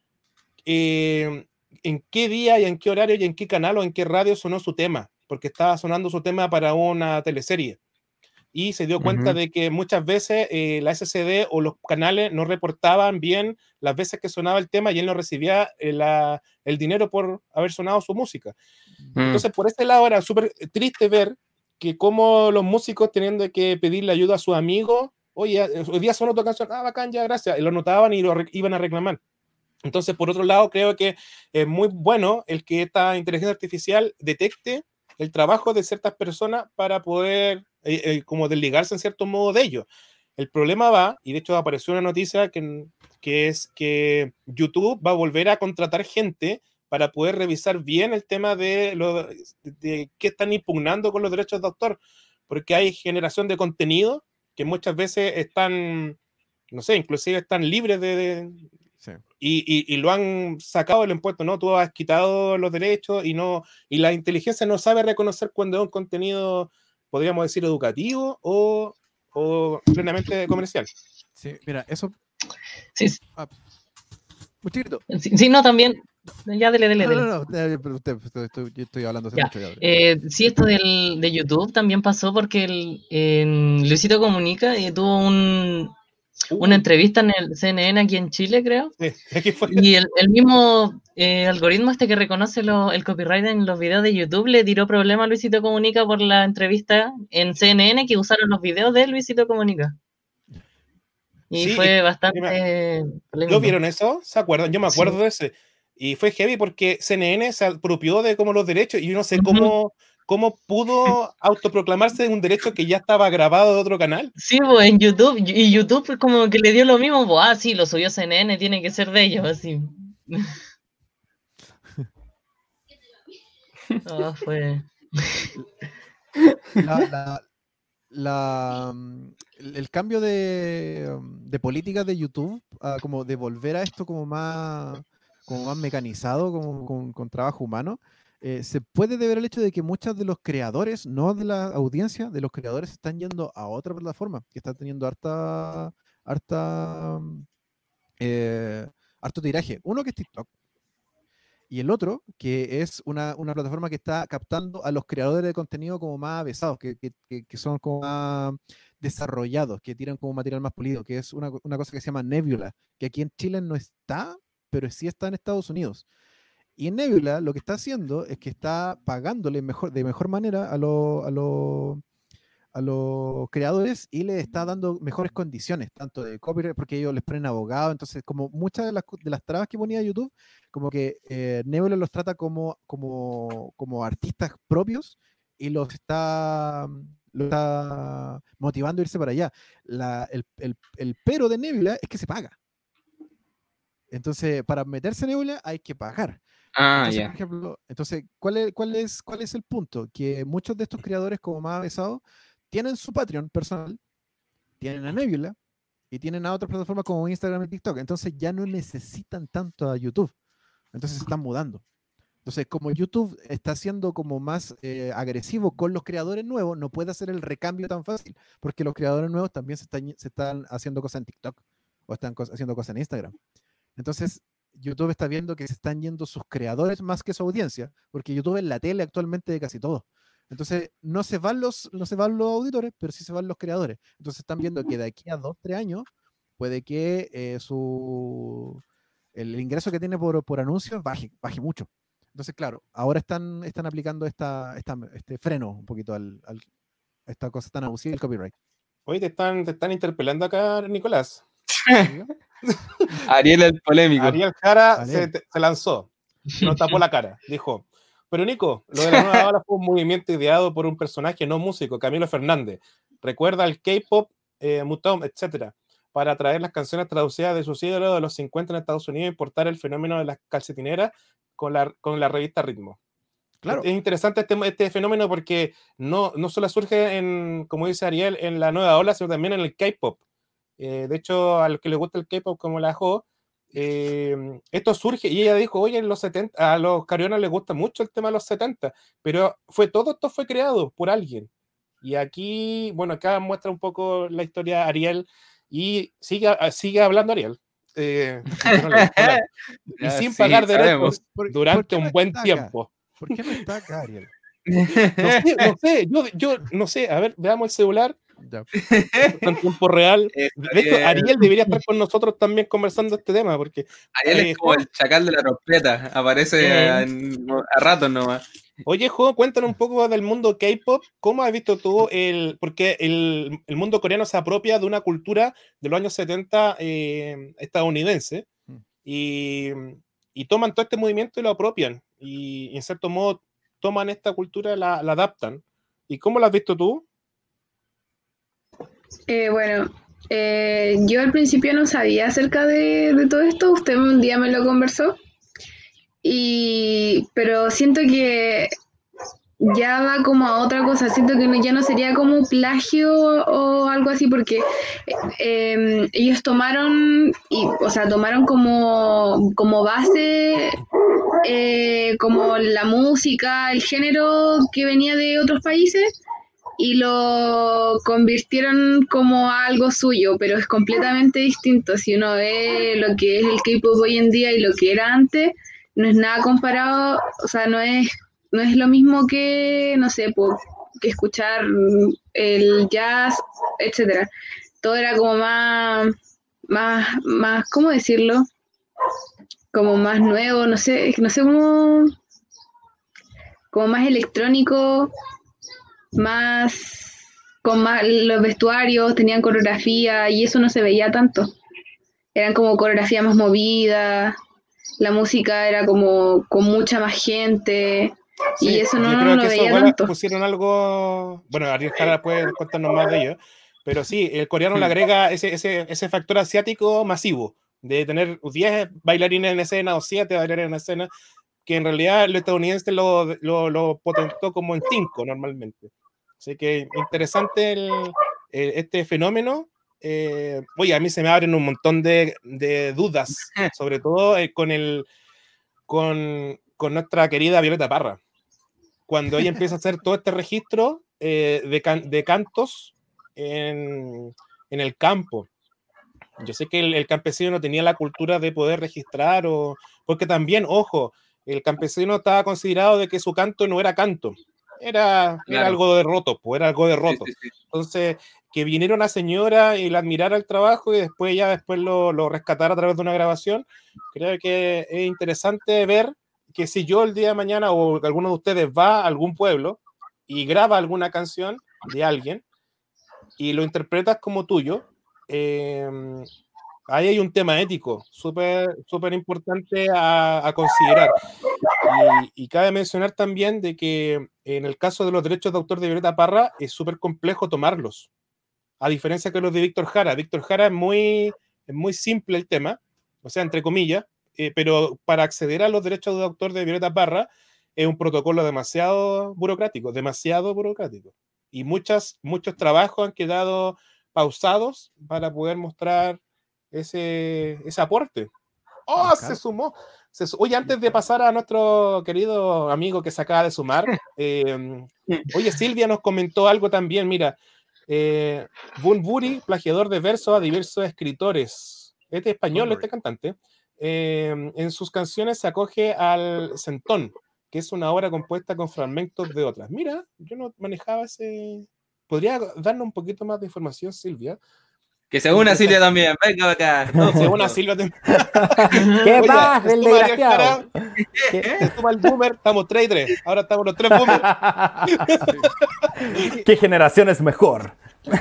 eh, en qué día y en qué horario y en qué canal o en qué radio sonó su tema, porque estaba sonando su tema para una teleserie. Y se dio cuenta Ujú. de que muchas veces eh, la S C D o los canales no reportaban bien las veces que sonaba el tema y él no recibía eh, la, el dinero por haber sonado su música. Mm. Entonces, por ese lado era súper triste ver que como los músicos teniendo que pedirle ayuda a sus amigos, oye, hoy día sonó tu canción, ah, bacán, ya, gracias, y lo notaban y lo re- iban a reclamar. Entonces, por otro lado, creo que es muy bueno el que esta inteligencia artificial detecte el trabajo de ciertas personas para poder eh, eh, como desligarse en cierto modo de ello. El problema va, y de hecho apareció una noticia que, que es que YouTube va a volver a contratar gente para poder revisar bien el tema de, lo, de, de qué están impugnando con los derechos de autor, porque hay generación de contenido que muchas veces están, no sé, inclusive están libres de, de Sí. y, y, y lo han sacado del impuesto, ¿no? Tú has quitado los derechos y no y la inteligencia no sabe reconocer cuando es un contenido, podríamos decir, educativo o, o plenamente comercial. Sí, mira, eso. Sí, sí, Ah, muy chiquito. sí, sí, no, también. Ya, dele, dele, No, no, dele. no, eh, pero usted, estoy, estoy- yo estoy hablando hace Ya. mucho ya. Bro. Eh, sí, esto del, de YouTube también pasó porque el, en Luisito Comunica eh, tuvo un, una Uh, entrevista en el C N N aquí en Chile, creo. sí, aquí fue. Y el, el mismo eh, algoritmo este que reconoce lo- el copyright en los videos de YouTube le tiró problema a Luisito Comunica por la entrevista en C N N que usaron los videos de Luisito Comunica. Y Sí, fue y- bastante ¿Lo polémico. vieron eso? ¿Se acuerdan? Yo me acuerdo Sí. de ese. Y fue heavy porque C N N se apropió de como los derechos y yo no sé Ujú. cómo, cómo pudo autoproclamarse un derecho que ya estaba grabado de otro canal. Sí, pues en YouTube, y YouTube como que le dio lo mismo, pues, ah, sí, lo subió C N N, tiene que ser de ellos, así. Ah, fue... La, la, la, mm, el, el cambio de, mm, de política de YouTube, a como de volver a esto como más, como más mecanizado, como con, con trabajo humano, eh, se puede deber al hecho de que muchos de los creadores, no de la audiencia, de los creadores están yendo a otra plataforma, que está teniendo harta, harta, mm, eh, harto tiraje. Uno que es TikTok. Y el otro, que es una, una plataforma que está captando a los creadores de contenido como más avesados, que, que, que- que son como más desarrollados, que tiran como material más pulido, que es una, una cosa que se llama Nebula, que aquí en Chile no está, pero sí está en Estados Unidos. Y en Nebula lo que está haciendo es que está pagándole mejor, de mejor manera a los a los a los creadores y les está dando mejores condiciones, tanto de copyright, porque ellos les ponen abogado, entonces como muchas de las, cu- de las trabas que ponía YouTube, como que eh, Nebula los trata como, como, como artistas propios y los está, los está motivando a irse para allá. La- el, el- el pero de Nebula es que se paga. Entonces, para meterse en Nebula hay que pagar. Ah, Entonces, ya. por ejemplo, entonces, ¿cuál es, cuál es, cuál es el punto? Que muchos de estos creadores como más avesados tienen su Patreon personal, tienen a Nebula y tienen a otras plataformas como Instagram y TikTok. Entonces ya no necesitan tanto a YouTube. Entonces se están mudando. Entonces, como YouTube está siendo como más eh, agresivo con los creadores nuevos, no puede hacer el recambio tan fácil, porque los creadores nuevos también se están, se están haciendo cosas en TikTok o están cos- haciendo cosas en Instagram. Entonces, YouTube está viendo que se están yendo sus creadores más que su audiencia, porque YouTube es la tele actualmente de casi todo. Entonces, no se van los, no se van los auditores, pero sí se van los creadores. Entonces, están viendo que de aquí a dos, tres años, puede que eh, su, el ingreso que tiene por, por anuncios baje, baje mucho. Entonces, claro, ahora están, están aplicando esta, esta, este freno un poquito al, al- a esta cosa tan abusiva del copyright. Oye, te están, te están interpelando acá, Nicolás. ¿Sí? Ariel el polémico. Ariel Jara se, Ariel. te- se lanzó, se nos tapó la cara. Dijo, pero Nico, lo de la nueva ola fue un movimiento ideado por un personaje no músico, Camilo Fernández. Recuerda el K-pop, eh, Mutom, etcétera, para traer las canciones traducidas de sus ídolos de los cincuenta en Estados Unidos e importar el fenómeno de las calcetineras con la, con la revista Ritmo. Claro. Es interesante este, este fenómeno porque no, no solo surge, en, como dice Ariel, en la nueva ola, sino también en el K-pop. Eh, de hecho, a los que les gusta el K-pop, como la Jo, eh, esto surge y ella dijo, oye, en los setenta, a los carionas les gusta mucho el tema de los setenta, pero fue todo esto fue creado por alguien. Y aquí, bueno, acá muestra un poco la historia de Ariel y sigue, sigue hablando Ariel. Eh, aunque no le gusta hablar. Y Ya, sin sí, pagar sabemos. derechos ¿Por, por durante qué no un buen está acá? tiempo. ¿Por qué no está acá, Ariel? No sé, no sé, yo, yo no sé, a ver, veamos el celular Ya. en tiempo real. Está De hecho, bien. Ariel debería estar con nosotros también conversando este tema, porque Ariel eh, es como Jo, el chacal de la trompeta. Aparece Eh. a, a ratos nomás. oye, Jo, cuéntanos un poco del mundo K-pop. ¿Cómo has visto tú el, porque el, el mundo coreano se apropia de una cultura de los años setenta eh, estadounidense Mm. y, y toman todo este movimiento y lo apropian y, y en cierto modo toman esta cultura, la, la adaptan. ¿Y cómo la has visto tú? Eh, bueno, eh, yo al principio no sabía acerca de, de todo esto, usted un día me lo conversó, y, pero siento que ya va como a otra cosa, siento que no- ya no sería como plagio o algo así, porque eh, ellos tomaron, y, o sea, tomaron como, como base eh, como la música, el género que venía de otros países y lo convirtieron como algo suyo, pero es completamente distinto. Si uno ve lo que es el K-pop hoy en día y lo que era antes, no es nada comparado, o sea, no es, no es lo mismo que, no sé, po, que escuchar el jazz, etcétera. Todo era como más, más, más, ¿cómo decirlo? Como más nuevo, no sé, no sé cómo, como más electrónico, más con más, los vestuarios, tenían coreografía y eso no se veía tanto. Eran como coreografía más movida, la música era como con mucha más gente Sí, y eso no, yo no creo lo que eso veía bueno, tanto. pusieron algo. Bueno, Ariel Jara puede contarnos más de ello. Pero sí, el coreano le Hmm. agrega ese, ese, ese factor asiático masivo, de tener diez bailarines en escena o siete bailarines en escena, que en realidad el estadounidense lo, lo, lo potentó como en cinco normalmente. Así que interesante el, el- este fenómeno. Eh, oye, a mí se me abren un montón de, de dudas, sobre todo eh, con, el, con, con nuestra querida Violeta Parra. Cuando ella empieza a hacer todo este registro eh, de, can, de cantos en, en el campo. Yo sé que el, el campesino no tenía la cultura de poder registrar, o, porque también, ojo, el campesino estaba considerado de que su canto no era canto, era, Claro. era algo de roto, pues era algo de Sí, roto. sí, sí. Entonces, que viniera una señora y la admirara el trabajo y después ya después lo, lo rescatara a través de una grabación, creo que es interesante ver que si yo el día de mañana o alguno de ustedes va a algún pueblo y graba alguna canción de alguien y lo interpretas como tuyo, eh, ahí hay un tema ético súper súper importante a, a considerar. Y, y cabe mencionar también de que en el caso de los derechos de autor de Violeta Parra es súper complejo tomarlos, a diferencia que los de Víctor Jara. Víctor Jara es muy, es muy simple el tema, o sea, entre comillas, eh, pero para acceder a los derechos de autor de Violeta Parra es un protocolo demasiado burocrático, demasiado burocrático. Y muchas, muchos trabajos han quedado pausados para poder mostrar ese, ese aporte. ¡Oh, se sumó! Se su oye, antes de pasar a nuestro querido amigo que se acaba de sumar, eh, oye, Silvia nos comentó algo también, mira, eh, Bunbury, plagiador de versos a diversos escritores. Este español, Bunbury. este cantante, eh, en sus canciones se acoge al centón, que es una obra compuesta con fragmentos de otras. Mira, yo no manejaba ese... ¿Podría darnos un poquito más de información, Silvia? Que se una Silvia también. Venga acá. todos Se una juntos. Silvia también. ¿Qué Oye, pasa, se el suma Ariel desgraciado? Jara, ¿Qué? se suma el boomer, estamos tres y tres. Ahora estamos los tres boomers. ¿Qué generación es mejor?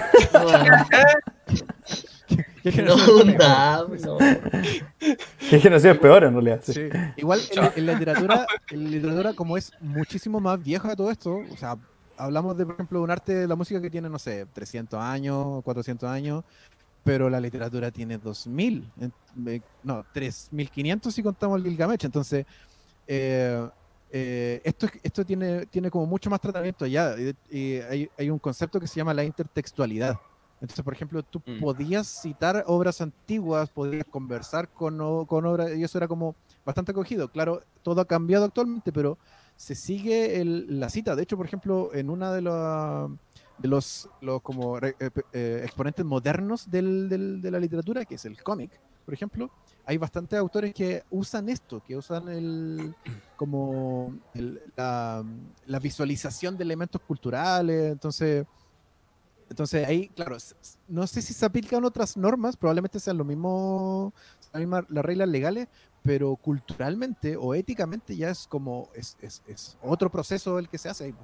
¿Qué No, generación es mejor? no, no. ¿Qué generación es peor en realidad? Sí. Sí. Igual en, la- en la literatura, en la literatura, como es muchísimo más vieja todo esto, o sea, hablamos de, por ejemplo, de un arte de la música que tiene, no sé, trescientos años, cuatrocientos años, pero la literatura tiene dos mil, en- eh, no, tres mil quinientos si contamos el Gilgamesh. Entonces, eh, eh, esto, es- esto tiene, tiene como mucho más tratamiento allá. Y, y hay, hay un concepto que se llama la intertextualidad. Entonces, por ejemplo, tú Mm. podías citar obras antiguas, podías conversar con, o- con obras, y eso era como bastante acogido. Claro, todo ha cambiado actualmente, pero se sigue el- la cita. De hecho, por ejemplo, en una de, la- de los, los como re- eh, pe- eh, exponentes modernos del- del- de la literatura, que es el cómic, por ejemplo, hay bastantes autores que usan esto, que usan el como el- la, la visualización de elementos culturales. Entonces, entonces ahí, claro, s- s- no sé si se aplican otras normas, probablemente sean lo mismo, la misma- las reglas legales, pero culturalmente o éticamente ya es como, es, es, es otro proceso el que se hace ahí.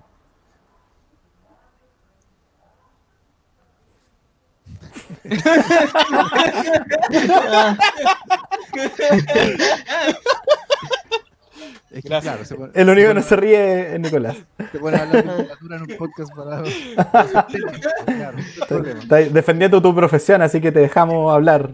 Es que, Gracias. claro, se pone, El se único que pone- no se ríe es Nicolás. se pone a hablar de literatura en un podcast para, para ser técnico, claro, ese es el problema. Estás defendiendo tu profesión, así que te dejamos hablar.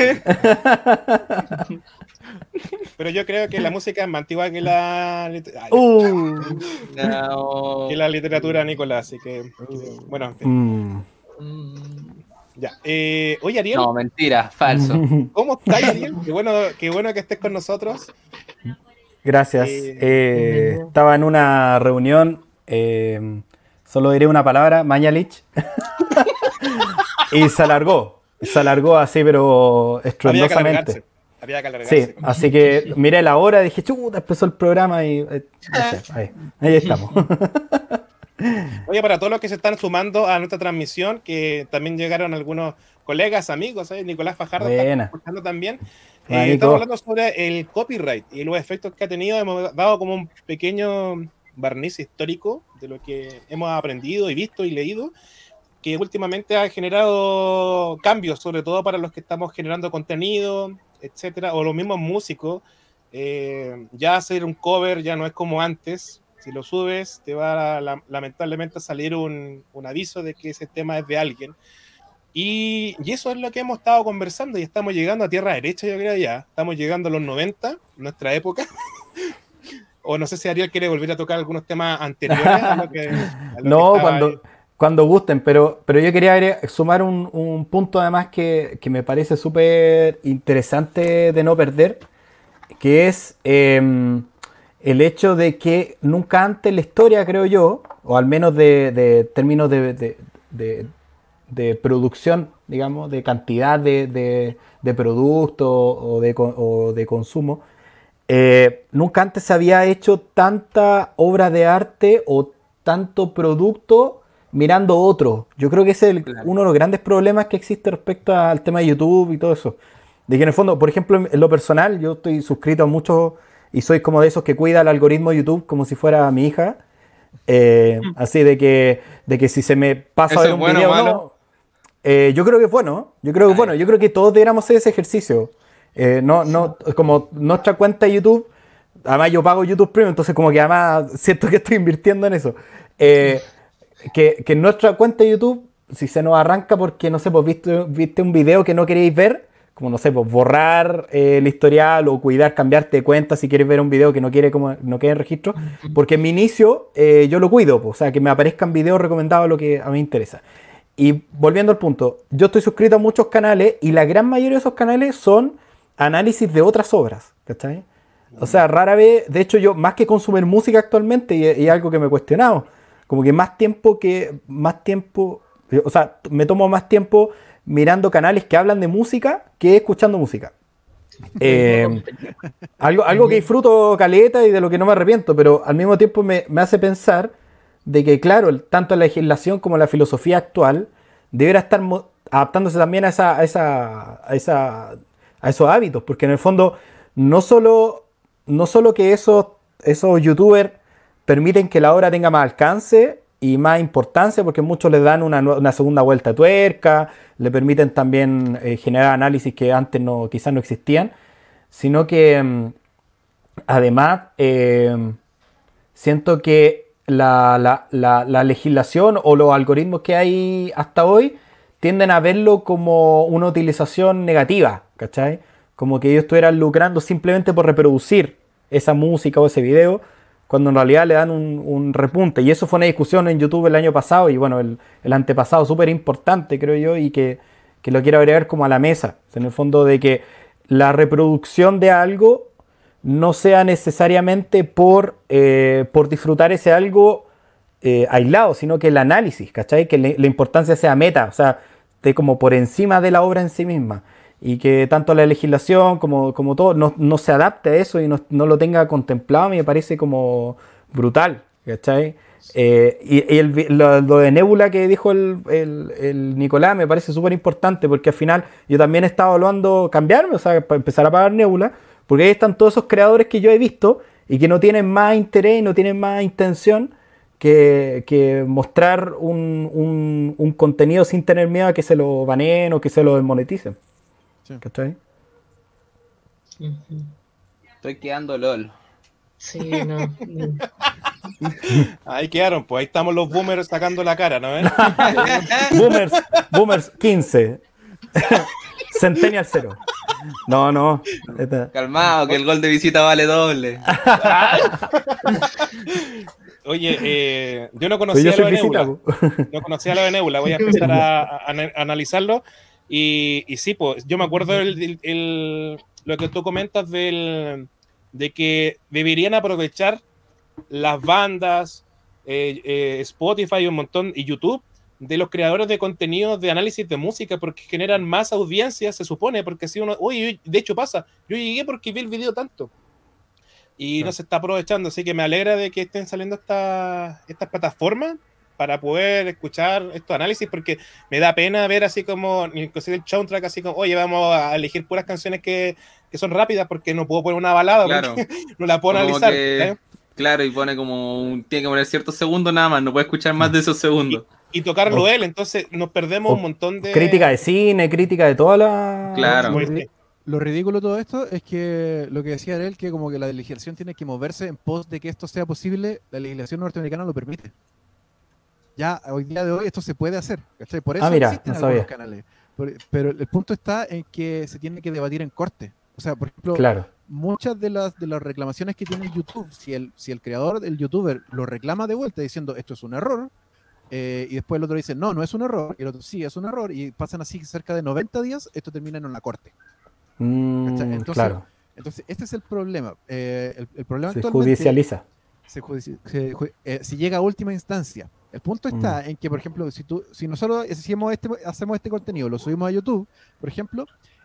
Pero yo creo que la música es más antigua que la, lit- ah, ya, Uh, No. que la literatura, Nicolás. Así que, que- bueno, en fin, mm. Mm, ya. Eh, oye, Ariel, No, mentira, falso. ¿cómo estás, Ariel? Qué bueno, qué bueno que estés con nosotros. Gracias. Eh, Eh, estaba en una reunión, eh, solo diré una palabra, Mañalich, y se alargó, se alargó así, pero Había que estruendosamente. alargarse. Había que alargarse. Sí, así que miré la hora y dije, chuta, empezó el programa y eh, no sé, ahí, ahí estamos. Oye, para todos los que se están sumando a nuestra transmisión, que también llegaron algunos colegas, amigos, ¿sabes? Nicolás Fajardo está Buena. escuchando también. Buena, Eh, Nico. estamos hablando sobre el copyright y los efectos que ha tenido. Hemos dado como un pequeño barniz histórico de lo que hemos aprendido y visto y leído, que últimamente ha generado cambios, sobre todo para los que estamos generando contenido, etcétera, o los mismos músicos. Eh, ya hacer un cover ya no es como antes. Si lo subes, te va a, la, lamentablemente a salir un, un aviso de que ese tema es de alguien. Y, y eso es lo que hemos estado conversando y estamos llegando a tierra derecha, yo creo ya. Estamos llegando a los noventa, nuestra época. O no sé si Ariel quiere volver a tocar algunos temas anteriores a lo que, a lo No, que cuando, ahí. cuando gusten, pero, pero yo quería agregar- sumar un, un punto además que, que me parece súper interesante de no perder, que es eh, el hecho de que nunca antes en la historia, creo yo, o al menos de, de términos de, de, de, de producción, digamos, de cantidad de, de, de producto o de, co- o de consumo, eh, nunca antes se había hecho tanta obra de arte o tanto producto mirando otro. Yo creo que ese es el- Claro. uno de los grandes problemas que existe respecto al tema de YouTube y todo eso. De que en el fondo, por ejemplo, en, en lo personal, yo estoy suscrito a muchos y soy como de esos que cuida el algoritmo de YouTube como si fuera mi hija. Eh, así de que, de que si se me pasa ¿Eso a ver es un bueno o video o malo? no, eh, yo creo que es bueno. Yo creo que es bueno. Yo creo que todos deberíamos hacer ese ejercicio. Eh, no, no, como nuestra cuenta de YouTube, además yo pago YouTube Premium, entonces como que además siento que estoy invirtiendo en eso. Eh, que, que en nuestra cuenta de YouTube, si se nos arranca porque, no sé, pues viste, viste un video que no queréis ver, como no sé, pues borrar eh, el historial o cuidar, cambiarte de cuenta si quieres ver un video que no quiere como no quede en registro, porque en mi inicio eh, yo lo cuido, pues, o sea, que me aparezcan videos recomendados a lo que a mí me interesa. Y volviendo al punto, yo estoy suscrito a muchos canales y la gran mayoría de esos canales son análisis de otras obras, ¿cachai? O sea, rara vez, de hecho yo más que consumir música actualmente, y es algo que me he cuestionado, como que más tiempo que, más tiempo, o sea, me tomo más tiempo mirando canales que hablan de música que escuchando música. Eh, algo, algo que disfruto caleta y de lo que no me arrepiento, pero al mismo tiempo me, me hace pensar de que, claro, el- tanto la legislación como la filosofía actual deberá estar mo- adaptándose también a, esa, a, esa, a, esa, a esos hábitos, porque en el fondo no solo, no solo que esos, esos youtubers permiten que la obra tenga más alcance y más importancia, porque muchos le dan una, nue- una segunda vuelta a tuerca, le permiten también eh, generar análisis que antes no, quizás no existían, sino que mm, además eh, siento que la, la- la- la legislación o los algoritmos que hay hasta hoy tienden a verlo como una utilización negativa, ¿cachai? Como que ellos estuvieran lucrando simplemente por reproducir esa música o ese video, cuando en realidad le dan un, un repunte. Y eso fue una discusión en YouTube el año pasado y bueno, el, el antepasado, súper importante, creo yo, y que, que lo quiero agregar como a la mesa. En el fondo de que la reproducción de algo no sea necesariamente por, eh, por disfrutar ese algo eh, aislado, sino que el análisis, ¿cachai? Que le- la importancia sea meta, o sea, esté como por encima de la obra en sí misma. Y que tanto la legislación como, como todo no, no se adapte a eso y no, no lo tenga contemplado, a mí me parece como brutal, ¿cachai? Eh, y y el vi- lo, lo de Nebula que dijo el, el- el Nicolás me parece súper importante porque al final yo también he estado evaluando cambiarme, o sea, para empezar a pagar Nebula, porque ahí están todos esos creadores que yo he visto y que no tienen más interés y no tienen más intención que, que mostrar un, un- un contenido sin tener miedo a que se lo baneen o que se lo desmoneticen. Sí. ¿Cachai? Ujú. Estoy quedando LOL. Sí, no. no. Ahí quedaron, pues ahí estamos los boomers sacando la cara, ¿no? ¿Eh? Boomers, Boomers quince. Centennial cero. No, no. Esta- Calmado, que el gol de visita vale doble. Oye, eh, yo no Pues conocía yo lo soy de visita. Nebula. po. No conocía lo de Nebula, voy a empezar a, a- a ana- analizarlo. Y, y sí, pues yo me acuerdo el, el- el- lo que tú comentas del, de que deberían aprovechar las bandas, eh, eh, Spotify y un montón, y YouTube, de los creadores de contenidos de análisis de música, porque generan más audiencia, se supone, porque si uno, uy, de hecho pasa, yo llegué porque vi el video tanto. Y no se está aprovechando, así que me alegra de que estén saliendo esta- estas plataformas para poder escuchar estos análisis, porque me da pena ver así como, inclusive el soundtrack, así como, oye, vamos a elegir puras canciones que, que son rápidas, porque no puedo poner una balada, Claro. porque no la puedo Como analizar. que- ¿eh? Claro, y pone como un, tiene que poner ciertos segundos nada más, no puede escuchar más de esos segundos. y tocarlo O- él, entonces nos perdemos o un montón de... Crítica de cine, crítica de toda la... Claro. Lo, ri- lo ridículo de todo esto es que lo que decía él, que como que la legislación tiene que moverse en pos de que esto sea posible, la legislación norteamericana lo permite. Ya hoy día de hoy esto se puede hacer, ¿cachai? Por eso Ah, mira, existen no algunos sabía. canales. Por- pero el punto está en que se tiene que debatir en corte. O sea, por ejemplo, Claro. muchas de las, de las reclamaciones que tiene YouTube, si el, si el creador del youtuber lo reclama de vuelta diciendo esto es un error, eh, y después el otro dice no, no es un error, y el otro sí, es un error, y pasan así cerca de noventa días, esto termina en la corte. Mm, ¿Cachai? Entonces, claro. Entonces, este es el problema. Eh, el, el problema Se actualmente judicializa. se judici- se ju- eh, si llega a última instancia. El punto está en que, por ejemplo, si tú, si nosotros hacemos este, hacemos este contenido, lo subimos a YouTube, por ejemplo,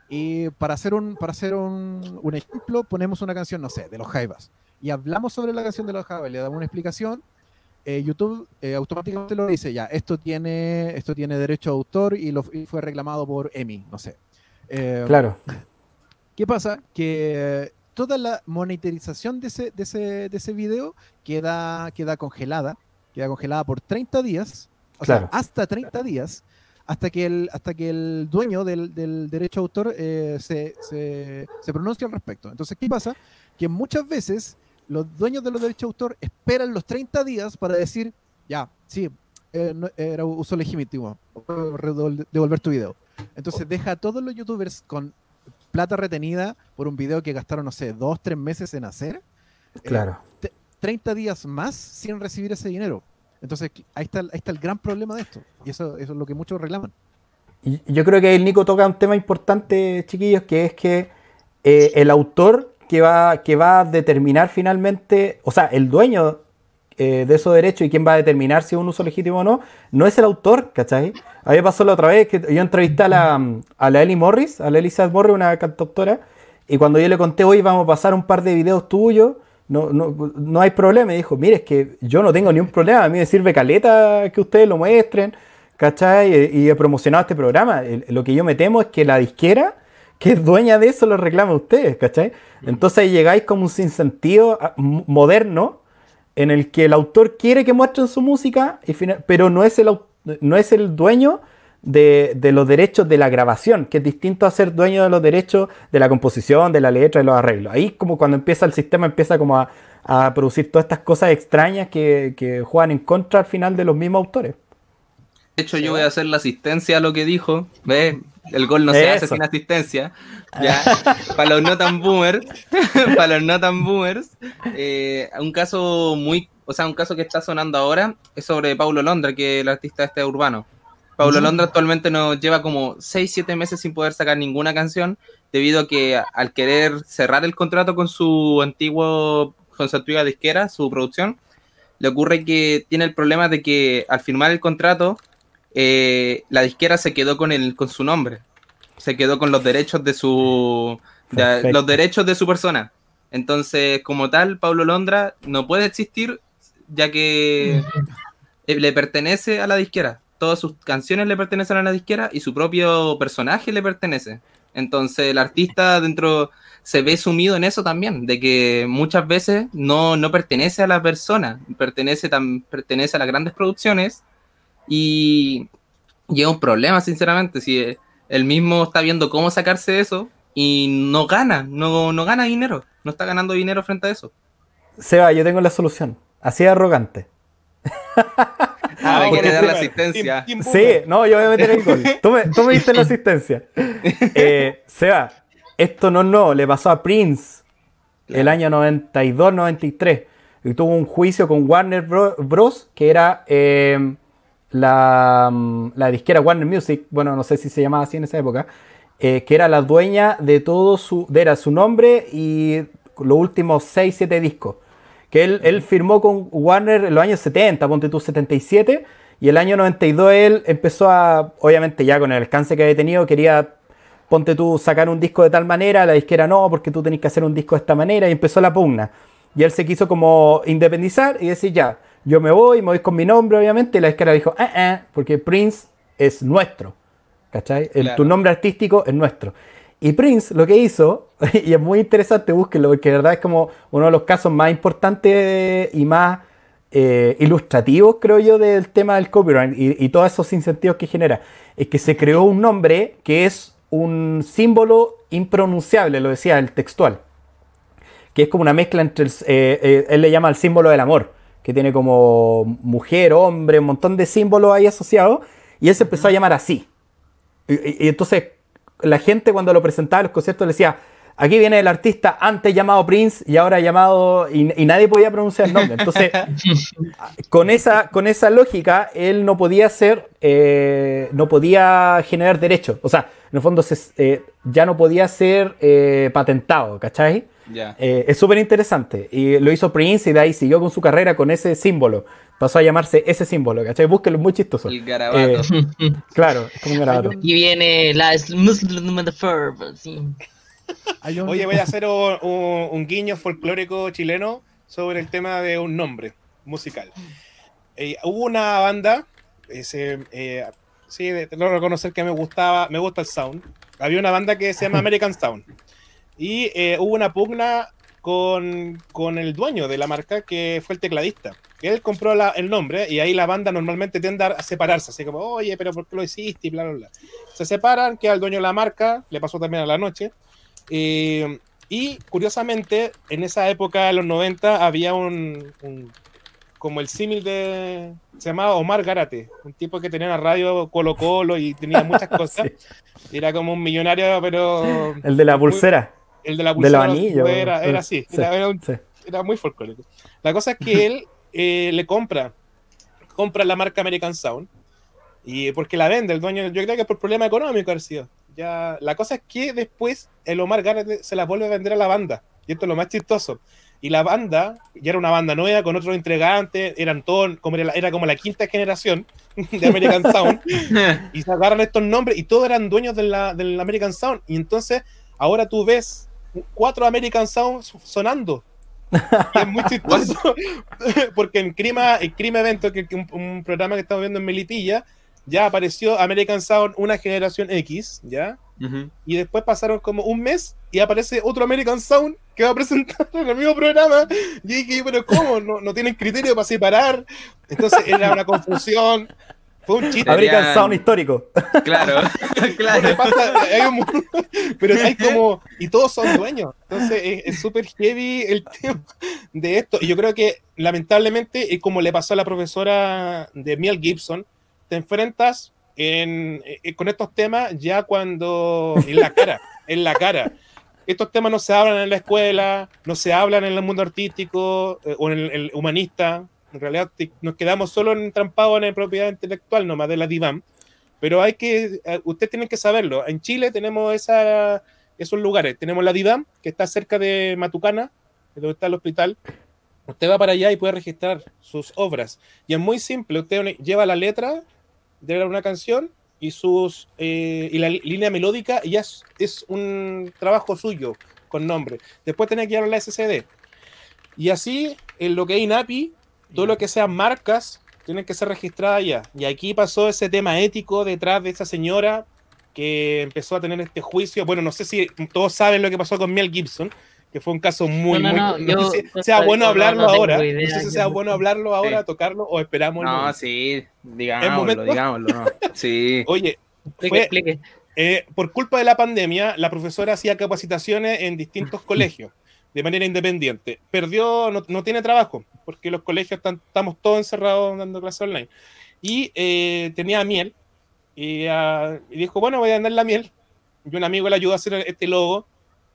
y para hacer un, para hacer un, un ejemplo, ponemos una canción, no sé, de los Jaivas, y hablamos sobre la canción de los Jaivas, le damos una explicación, eh, YouTube eh, automáticamente lo dice, ya, esto tiene, esto tiene derecho a autor y, lo, y fue reclamado por EMI, no sé. Eh, Claro. ¿Qué pasa? Que eh, toda la monetización de ese, de ese, de ese video queda, queda congelada, queda congelada por treinta días, o Claro. sea, hasta treinta días, hasta que el, hasta que el dueño del, del derecho a autor eh, se, se, se pronuncie al respecto. Entonces, ¿qué pasa? Que muchas veces los dueños de los derechos de autor esperan los treinta días para decir, ya, sí, eh, no- era uso legítimo, puedo redol- devolver tu video. Entonces deja a todos los youtubers con plata retenida por un video que gastaron, no sé, dos, tres meses en hacer, eh, Claro. te- treinta días más sin recibir ese dinero. Entonces ahí está, ahí está el gran problema de esto. Y eso, eso es lo que muchos reclaman. Y yo creo que el Nico toca un tema importante, chiquillos, que es que eh, el autor que va, que va a determinar finalmente, o sea, el dueño eh, de esos derechos y quién va a determinar si es un uso legítimo o no, no es el autor, ¿cachai? A mí me pasó la otra vez que yo entrevisté a la, a la Ellie Morris, a la Elizabeth Morris, una cantautora, y cuando yo le conté, hoy vamos a pasar un par de videos tuyos, no, no, no hay problema, me dijo, mire, es que yo no tengo ni un problema, a mí me sirve caleta que ustedes lo muestren, ¿cachai? Y, y he promocionado este programa. El- lo que yo me temo es que la disquera, que es dueña de eso, lo reclama a ustedes, ¿cachai? Entonces ahí llegáis como un sinsentido ah, m- moderno en el que el autor quiere que muestren su música, y final- pero no es el, au- no es el dueño de, de los derechos de la grabación, que es distinto a ser dueño de los derechos de la composición, de la letra, de los arreglos. Ahí como cuando empieza el sistema, empieza como a, a producir todas estas cosas extrañas que, que juegan en contra al final de los mismos autores. De hecho, yo voy a hacer la asistencia a lo que dijo. ¿Ves? El gol no se hace Eso. sin asistencia. Ya. Para los no tan boomers, para los no tan boomers, eh, un caso muy, o sea, un caso que está sonando ahora es sobre Paulo Londra, que es el artista este urbano. Paulo Ujú. Londra actualmente nos lleva como seis siete meses sin poder sacar ninguna canción, debido a que al querer cerrar el contrato con su antiguo, con su antigua disquera, su producción, le ocurre que tiene el problema de que al firmar el contrato, eh, la disquera se quedó con el, con su nombre, se quedó con los derechos de su, de, Perfecto. los derechos de su persona. Entonces, como tal, Paulo Londra no puede existir, ya que eh, le pertenece a la disquera. Todas sus canciones le pertenecen a la disquera y su propio personaje le pertenece. Entonces, el artista dentro se ve sumido en eso también, de que muchas veces no, no pertenece a la persona, pertenece, tam, pertenece a las grandes producciones. Y, y es un problema, sinceramente, si él mismo está viendo cómo sacarse de eso y no gana, no, no gana dinero, no está ganando dinero frente a eso. Seba, yo tengo la solución. Así de arrogante. Ah, me porque quiere dar la Boomer, asistencia. Team- Team Sí, Boomer. no, yo voy a meter el gol. Tú me, tú me diste la asistencia. Eh, Seba, esto no no, le pasó a Prince el año noventa y dos noventa y tres. Y tuvo un juicio con Warner Bro- Bros. Que era eh, la, mm, la disquera Warner Music, bueno, no sé si se llamaba así en esa época, eh, que era la dueña de todo su, de era su nombre y los últimos seis siete discos. Que él, él firmó con Warner en los años setenta, ponte tú setenta y siete, y el año noventa y dos él empezó a, obviamente ya con el alcance que había tenido, quería, ponte tú, sacar un disco de tal manera, la disquera no, porque tú tenés que hacer un disco de esta manera, y empezó la pugna. Y él se quiso como independizar y decir, ya, yo me voy, me voy con mi nombre, obviamente, y la disquera dijo, ah, ah, porque Prince es nuestro, ¿cachai? El, Claro. Tu nombre artístico es nuestro. Y Prince lo que hizo, y es muy interesante, búsquenlo, porque de verdad es como uno de los casos más importantes y más eh, ilustrativos, creo yo, del tema del copyright y, y todos esos incentivos que genera. Es que se creó un nombre que es un símbolo impronunciable, lo decía el textual, que es como una mezcla entre, el, eh, eh, él le llama el símbolo del amor, que tiene como mujer, hombre, un montón de símbolos ahí asociados, y él se empezó a llamar así. Y, y, y entonces la gente cuando lo presentaba en los conciertos le decía, aquí viene el artista antes llamado Prince y ahora llamado... Y, y nadie podía pronunciar el nombre. Entonces, con esa, con esa lógica, él no podía ser... Eh, no podía generar derechos. O sea, en el fondo se, eh, ya no podía ser eh, patentado, ¿cachai? Ya. Eh, es súper interesante. Y lo hizo Prince y de ahí siguió con su carrera con ese símbolo. Pasó a llamarse ese símbolo, ¿cachai? Búsquenlo, es muy chistoso. El garabato. Eh, claro, es como un garabato. Y viene la Muslim de Ferb, sí. Hay un- Oye, voy a hacer un, un- un guiño folclórico chileno sobre el tema de un nombre musical. Eh, hubo una banda, ese, eh, sí, de- tengo que reconocer que me gustaba, me gusta el sound. Había una banda que se llama American Sound. Y eh, hubo una pugna con, con el dueño de la marca, que fue el tecladista. Él compró la- el nombre y ahí la banda normalmente tiende a separarse, así como, oye, pero ¿por qué lo hiciste? Y bla, bla, bla. Se separan, queda el dueño de la marca, le pasó también a La Noche. Eh, y curiosamente, en esa época, en los noventa, había un, un- como el símil de, se llamaba Omar Gárate, un tipo que tenía una radio Colo Colo y tenía muchas cosas. Sí. Era como un millonario, pero... El de la muy- pulsera. el de la De los pulsera anillos. era, era así, Sí, era, era un- sí. era muy folclórico. La cosa es que él eh, le compra, compra la marca American Sound, y porque la vende el dueño, yo creo que por problema económico ha sido. Ya, la cosa es que después el Omar Garrett se la vuelve a vender a la banda, y esto es lo más chistoso. Y la banda, ya era una banda nueva con otros entregantes, eran todos, como era, la- era como la quinta generación de American Sound, y se agarran estos nombres y todos eran dueños de la, del American Sound. Y entonces ahora tú ves cuatro American Sound sonando. Y es muy chistoso porque en Crima, en Crima Evento, que es un, un programa que estamos viendo en Melipilla, ya apareció American Sound una generación X, ¿ya? Ujú. Y después pasaron como un mes y aparece otro American Sound que va a presentar en el mismo programa. Y dije, pero ¿cómo? No, no tienen criterio para separar. Entonces era una confusión. Fue un chiste. American Serían- Sound histórico. Claro, Porque claro. pasa, hay un- pero hay como, y todos son dueños. Entonces es es súper heavy el tema de esto. Y yo creo que lamentablemente, es como le pasó a la profesora de Mel Gibson, te enfrentas en, eh, con estos temas ya cuando, en la cara, en la cara. Estos temas no se hablan en la escuela, no se hablan en el mundo artístico eh, o en el, el humanista. En realidad te- nos quedamos solo entrampados en la propiedad intelectual nomás de la D I V A M. Pero hay que, eh, ustedes tienen que saberlo. En Chile tenemos esa, esos lugares. Tenemos la D I V A M, que está cerca de Matucana, donde está el hospital. Usted va para allá y puede registrar sus obras. Y es muy simple. Usted lleva la letra de una canción y sus eh, y la li- línea melódica y ya es, es un trabajo suyo con nombre. Después tiene que llevar la S C D. Y así, en lo que es INAPI, todo lo que sean marcas tienen que ser registradas allá. Y aquí pasó ese tema ético detrás de esa señora que empezó a tener este juicio. Bueno, no sé si todos saben lo que pasó con Mel Gibson, que fue un caso muy, No, no, muy... no, No sé yo si no sea estoy- bueno no, no, hablarlo no tengo ahora. idea, No sé si yo sea no bueno sé. hablarlo ahora, Sí. tocarlo, o esperamos el No, momento. sí, ¿Es digámoslo, momento? digámoslo, no. Sí. Oye, Explique, fue, explique. eh, por culpa de la pandemia, la profesora hacía capacitaciones en distintos colegios de manera independiente. Perdió, no, no tiene trabajo, porque los colegios están, estamos todos encerrados dando clases online. Y eh, tenía miel, y, ah, y dijo, bueno, voy a andar la miel. Y un amigo le ayudó a hacer este logo,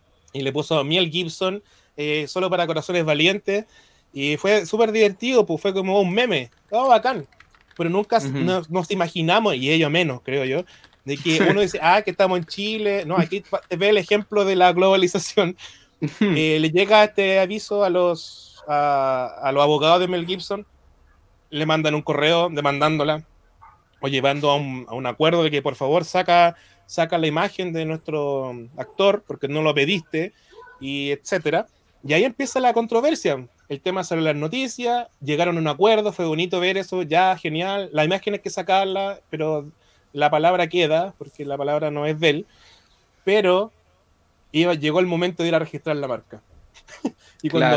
y le puso Miel Gibson, eh, solo para corazones valientes, y fue súper divertido, pues fue como un meme, todo bacán. Pero nunca Ujú. nos, nos imaginamos, y ellos menos, creo yo, de que uno dice, ah, que estamos en Chile. No, aquí te ve el ejemplo de la globalización. Eh, le llega este aviso a los, a, a los abogados de Mel Gibson, le mandan un correo demandándola o llevando a un, a un acuerdo de que por favor saca, saca la imagen de nuestro actor porque no lo pediste, y etcétera. Y ahí empieza la controversia. El tema salió en las noticias, llegaron a un acuerdo, fue bonito ver eso, ya genial. La imagen hay que sacarla, pero la palabra queda, porque la palabra no es de él. Pero iba, llegó el momento de ir a registrar la marca. Y cuando Claro. va,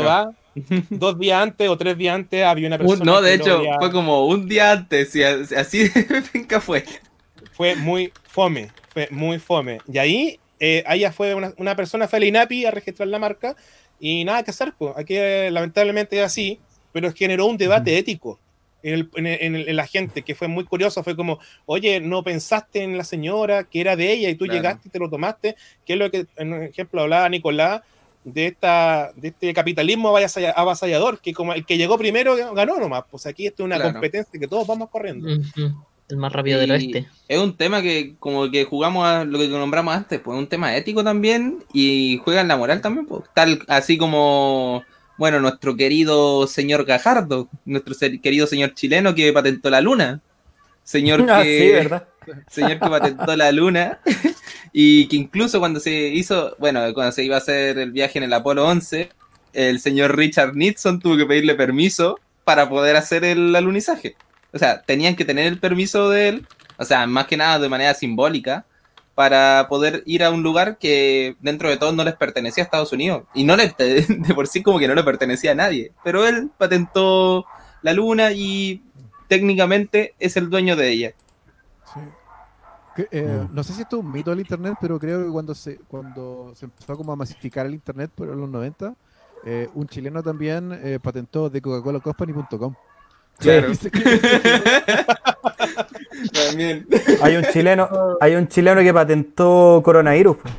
dos días antes o tres días antes había una persona. Un- no, de que lo hecho, había- fue como un día antes, y a- así de penca fue. Fue muy fome, fue muy fome. Y ahí, eh, allá fue una, una persona, fue al INAPI a registrar la marca y nada que hacer, pues. Aquí eh, lamentablemente es así, pero generó un debate ético en, el- en, el- en el- en la gente, que fue muy curioso. Fue como, oye, no pensaste en la señora, que era de ella, y tú Claro. llegaste y te lo tomaste, que es lo que, en un ejemplo, hablaba Nicolás, de esta de este capitalismo avasalla- avasallador, que como el que llegó primero ganó nomás. Pues aquí esto es una Claro. competencia que todos vamos corriendo. Ujú. El más rápido del Y oeste. Es un tema que como que jugamos a lo que nombramos antes, pues un tema ético también y juega en la moral también, pues, tal así como, bueno, nuestro querido señor Gajardo, nuestro ser- querido señor chileno que patentó la luna, señor que, Ah, sí, ¿verdad? señor que patentó la luna y que incluso cuando se hizo, bueno, cuando se iba a hacer el viaje en el Apolo once, el señor Richard Nixon tuvo que pedirle permiso para poder hacer el alunizaje. O sea, tenían que tener el permiso de él, o sea, más que nada de manera simbólica, para poder ir a un lugar que dentro de todo no les pertenecía a Estados Unidos. Y no le, de por sí como que no le pertenecía a nadie. Pero él patentó la luna y técnicamente es el dueño de ella. Sí. Que, eh, Mm. no sé si esto es un mito del internet, pero creo que cuando se cuando se empezó como a masificar el internet por los noventa, eh, un chileno también eh, patentó de coca cola company punto com. Claro. Dice que- También. Hay un chileno, hay un chileno que patentó coronavirus. po.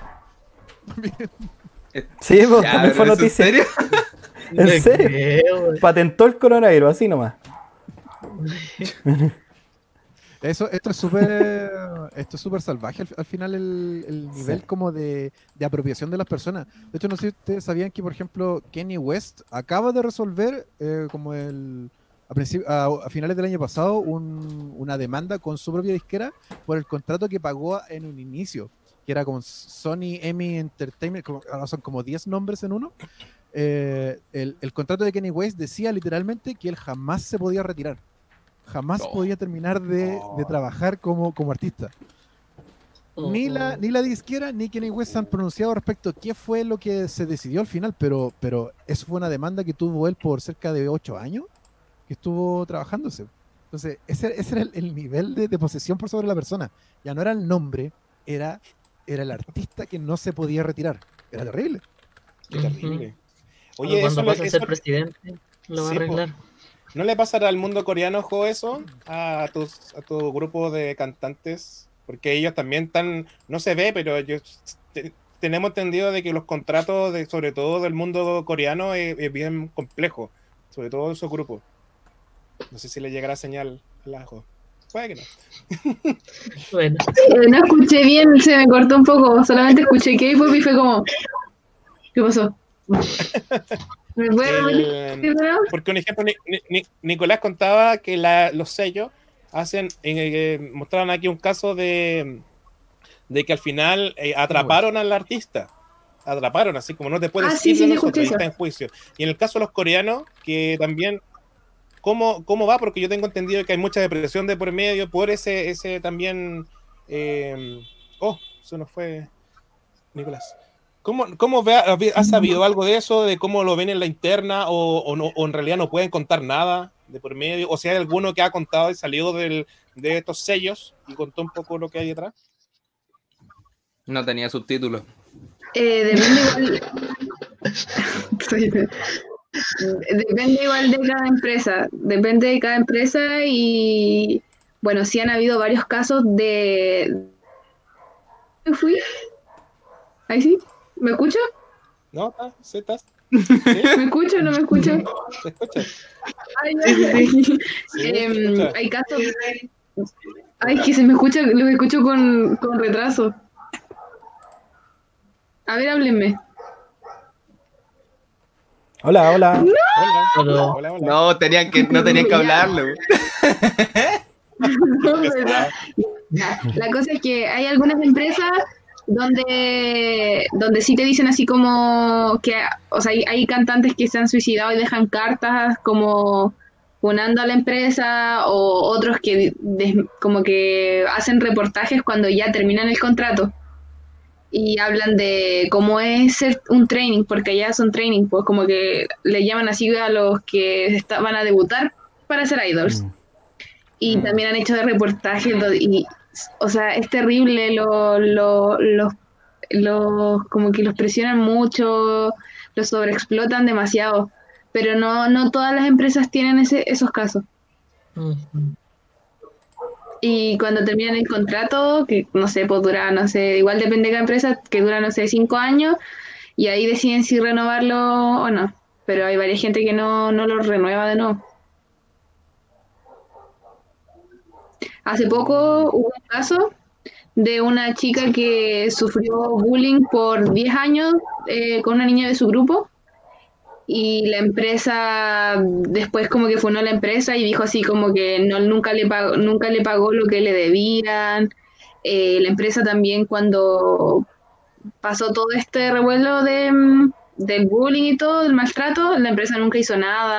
Sí, pues Ya, también fue pero ¿eso noticia. ¿En serio? ¿En Te serio? creo, güey. Patentó el coronavirus, así nomás. Eso, esto es súper esto es súper salvaje al, al final el, el nivel Sí. como de, de apropiación de las personas. De hecho, no sé si ustedes sabían que, por ejemplo, Kanye West acaba de resolver eh, como el a, principi- a, a finales del año pasado un- una demanda con su propia disquera por el contrato que pagó en un inicio, que era con Sony Emi Entertainment, como, ahora son como diez nombres en uno. Eh, el, el contrato de Kanye West decía literalmente que él jamás se podía retirar. Jamás No. podía terminar de, de trabajar como, como artista. Ni la, ni la disquera ni Kanye West han pronunciado respecto a qué fue lo que se decidió al final, pero, pero eso fue una demanda que tuvo él por cerca de ocho años que estuvo trabajándose. Entonces, ese, ese era el, el nivel de, de posesión por sobre la persona. Ya no era el nombre, era, era el artista que no se podía retirar. Era terrible. Qué terrible. Ujú. Oye, Cuando eso, lo- pase a eso ser presidente, lo va Sí, a arreglar. ¿no le pasará al mundo coreano, Jo, eso? A, tus, a tu grupo de cantantes. Porque ellos también están, no se ve, pero ellos te- tenemos entendido de que los contratos, de, sobre todo del mundo coreano, es, es bien complejo. Sobre todo esos grupos. No sé si le llegará señal a la Jo. Puede que no. Bueno, Eh, no escuché bien, se me cortó un poco. Solamente escuché K-pop y fue como. ¿Qué pasó? ¿Me puede repetir El- de nuevo? Porque un ejemplo, Ni- Ni- Ni- Nicolás contaba que la- los sellos hacen, eh, mostraron aquí un caso de, de que al final eh, atraparon al artista. Atraparon, así como no te puedes Ah, sí, ir sí, de sí, nosotros, escuché y eso. está en juicio. Y en el caso de los coreanos, que también, ¿cómo, cómo va? Porque yo tengo entendido que hay mucha depresión de por medio por ese, ese también... eh, oh, se nos fue Nicolás. ¿Cómo, cómo ve, has sabido algo de eso, de cómo lo ven en la interna o, o, no, o en realidad no pueden contar nada de por medio? O si hay alguno que ha contado y salió del, de estos sellos y contó un poco lo que hay detrás. No tenía subtítulos. Eh, depende igual. Soy- Depende igual de cada empresa. Depende de cada empresa y. Bueno, sí han habido varios casos de. ¿Me fui? ¿Ahí sí? ¿Me escucho? ¿No? ¿Estás? ¿Sí estás? ¿Me escucho o no me escucho? ¿Se escucha? Ay, ay, Sí, Em, se escucha. hay casos. Ay, que se me escucha, los escucho con, con retraso. A ver, háblenme. Hola, hola. Hola. Hola. Hola, hola. No, tenían que, no tenían que hablarlo. No, ¿verdad? Ya, la cosa es que hay algunas empresas donde, donde sí te dicen así como que, o sea, hay, hay cantantes que se han suicidado y dejan cartas como funando a la empresa, o otros que des- como que hacen reportajes cuando ya terminan el contrato. y hablan de cómo es ser un training, porque allá son training, pues como que le llaman así a los que está- van a debutar para ser idols. Mm. Y Mm. también han hecho de reportajes, do- y, o sea, es terrible, lo, lo- los, los, como que los presionan mucho, los sobreexplotan demasiado, pero no, no todas las empresas tienen ese, esos casos. Ujú. Y cuando terminan el contrato, que no sé, pues dura, no sé, igual depende de cada empresa, que dura, no sé, cinco años, y ahí deciden si renovarlo o no. Pero hay varias gente que no, no lo renueva de nuevo. Hace poco hubo un caso de una chica que sufrió bullying por diez años eh, con una niña de su grupo, y la empresa después como que funó la empresa y dijo así como que no, nunca le pagó, nunca le pagó lo que le debían. Eh, la empresa también, cuando pasó todo este revuelo de, mm, del bullying y todo, del maltrato, la empresa nunca hizo nada.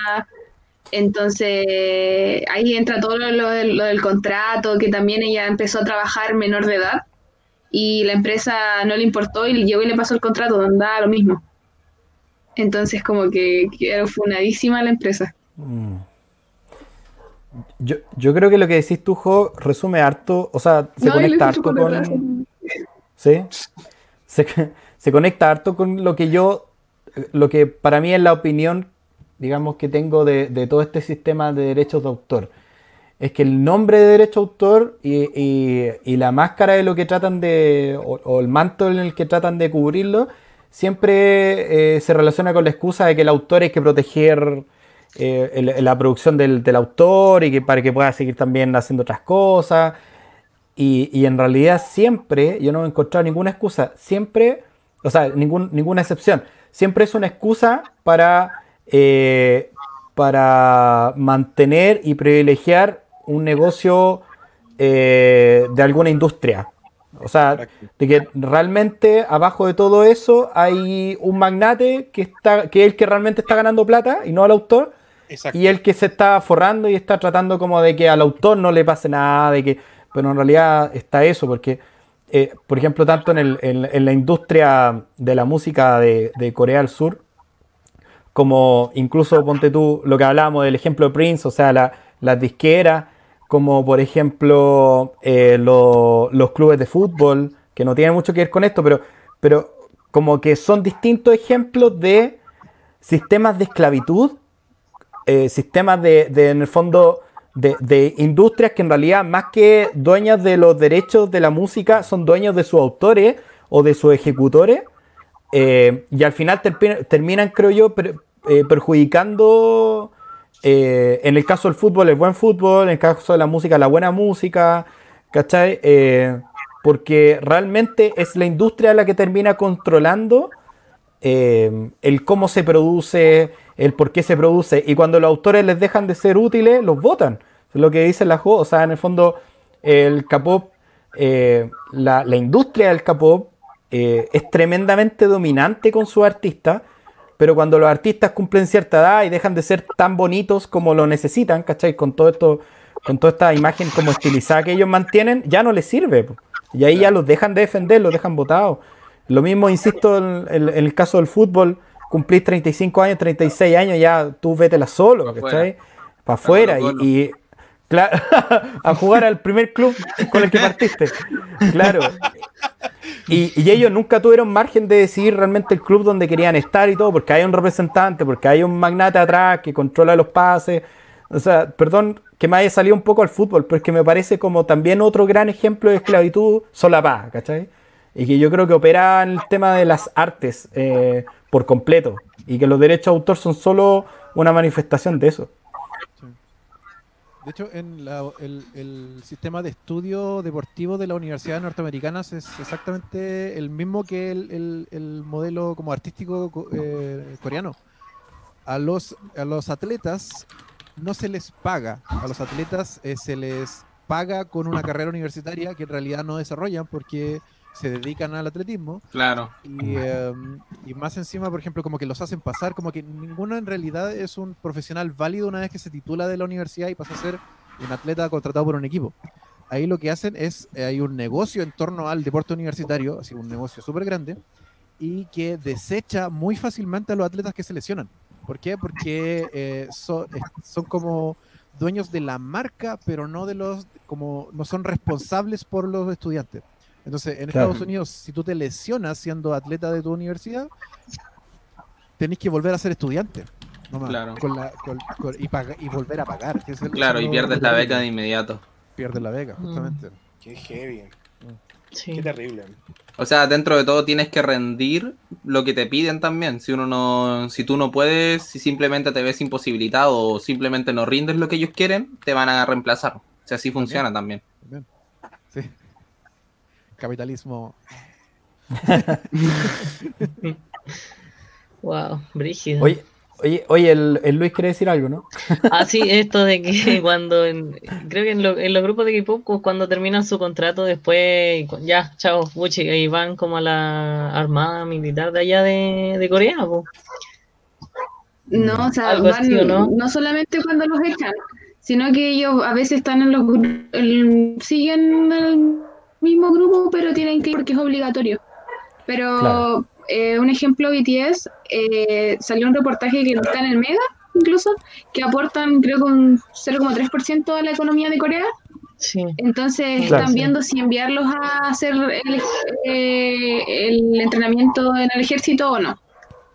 Entonces ahí entra todo lo, lo del, lo del contrato, que también ella empezó a trabajar menor de edad y la empresa no le importó y llegó y le pasó el contrato, donde daba lo mismo. Entonces como que quedó funadísima la empresa. Mm. Yo, yo creo que lo que decís tú, Jo, resume harto, o sea, se No, y lo conecta escucho harto por detrás. con... ¿Sí? Se, se conecta harto con lo que yo, lo que para mí es la opinión, digamos, que tengo de, de todo este sistema de derechos de autor. Es que el nombre de derecho de autor y, y- y la máscara de lo que tratan de, o, o el manto en el que tratan de cubrirlo, siempre eh, se relaciona con la excusa de que el autor hay que proteger eh, el- la producción del, del autor y que para que pueda seguir también haciendo otras cosas. Y, y en realidad siempre, yo no he encontrado ninguna excusa, siempre, o sea, ningún, ninguna excepción, siempre es una excusa para, eh, para mantener y privilegiar un negocio eh, de alguna industria. O sea, de que realmente abajo de todo eso hay un magnate que, está, que es el que realmente está ganando plata y no al autor, Exacto. y el que se está forrando y está tratando como de que al autor no le pase nada, de que, pero en realidad está eso, porque, eh, por ejemplo, tanto en, el- en- en la industria de la música de, de Corea del Sur, como incluso, ponte tú, lo que hablábamos del ejemplo de Prince, o sea, la- las disqueras, como por ejemplo eh, lo- los clubes de fútbol, que no tienen mucho que ver con esto, pero, pero como que son distintos ejemplos de sistemas de esclavitud, eh, sistemas de, de, en el fondo, de, de industrias que en realidad, más que dueñas de los derechos de la música, son dueños de sus autores o de sus ejecutores. Eh, y al final terpi- terminan, creo yo, per- eh, perjudicando, eh, en el caso del fútbol, el buen fútbol, en el caso de la música, la buena música, ¿cachai? Eh, porque realmente es la industria la que termina controlando eh, el cómo se produce, el por qué se produce, y cuando los autores les dejan de ser útiles, los votan. Es lo que dice la Jo, o sea, en el fondo, el K-pop, eh, la, la industria del K-pop eh, es tremendamente dominante con sus artistas, pero cuando los artistas cumplen cierta edad y dejan de ser tan bonitos como lo necesitan, ¿cachai? Con todo esto, con toda esta imagen como estilizada que ellos mantienen, ya no les sirve, po. Y ahí ya los dejan de defender, los dejan botados. Lo mismo, insisto, en, en- en el caso del fútbol, cumplís treinta y cinco años, treinta y seis años, ya tú vétela solo, Pa' ¿cachai? Para afuera. afuera. Y, Colo-Colo. y, claro, a jugar al primer club con el que partiste. Claro. Y, y ellos nunca tuvieron margen de decidir realmente el club donde querían estar y todo, porque hay un representante, porque hay un magnate atrás que controla los pases. O sea, perdón que me haya salido un poco al fútbol, pero es que me parece como también otro gran ejemplo de esclavitud solapada, ¿cachai? Y que yo creo que opera en el tema de las artes eh, por completo, y que los derechos de autor son solo una manifestación de eso. De hecho, en la- el, el sistema de estudio deportivo de las universidades norteamericanas es exactamente el mismo que el, el- el modelo como artístico co- eh, coreano. A los, a los atletas no se les paga, a los atletas eh, se les paga con una carrera universitaria que en realidad no desarrollan porque se dedican al atletismo. Claro. Y, eh, y más encima, por ejemplo, como que los hacen pasar, como que ninguno en realidad es un profesional válido una vez que se titula de la universidad y pasa a ser un atleta contratado por un equipo. ahí lo que hacen es, eh, hay un negocio en torno al deporte universitario, así un negocio súper grande, y que desecha muy fácilmente a los atletas que se lesionan. ¿Por qué? Porque eh, so- eh, son como dueños de la marca, pero no de los, como no son responsables por los estudiantes. Entonces, en Claro. Estados Unidos, si tú te lesionas siendo atleta de tu universidad, tenés que volver a ser estudiante. nomás, Claro. con la, con- con- y, paga- y volver a pagar. que es el- Claro, eso y es lo- pierdes lo la terrible. beca de inmediato. Pierdes la beca, Mm. justamente. Qué heavy. Sí. Qué terrible. O sea, dentro de todo tienes que rendir lo que te piden también. Si uno no, si tú no puedes, si simplemente te ves imposibilitado o simplemente no rindes lo que ellos quieren, te van a reemplazar. O sea, así funciona también. Bien. Sí. Capitalismo. Wow, brígido. Oye, oye, oye el, el Luis quiere decir algo, ¿no? Ah, sí, esto de que cuando, en- creo que en, lo- en los grupos de K-pop, pues, cuando terminan su contrato, después, cu- ya, chao, Gucci, y van como a la armada militar de allá de, de Corea, pues. No, o sea, Algo van así, ¿o no? no solamente cuando los echan, sino que ellos a veces están en los gru- el- siguen el mismo grupo, pero tienen que ir porque es obligatorio. Pero Claro. eh, un ejemplo, B T S, eh, salió un reportaje que está en el Mega, incluso, que aportan creo que un cero coma tres por ciento a la economía de Corea. Sí. Entonces Claro. están viendo si enviarlos a hacer el, eh, el entrenamiento en el ejército o no.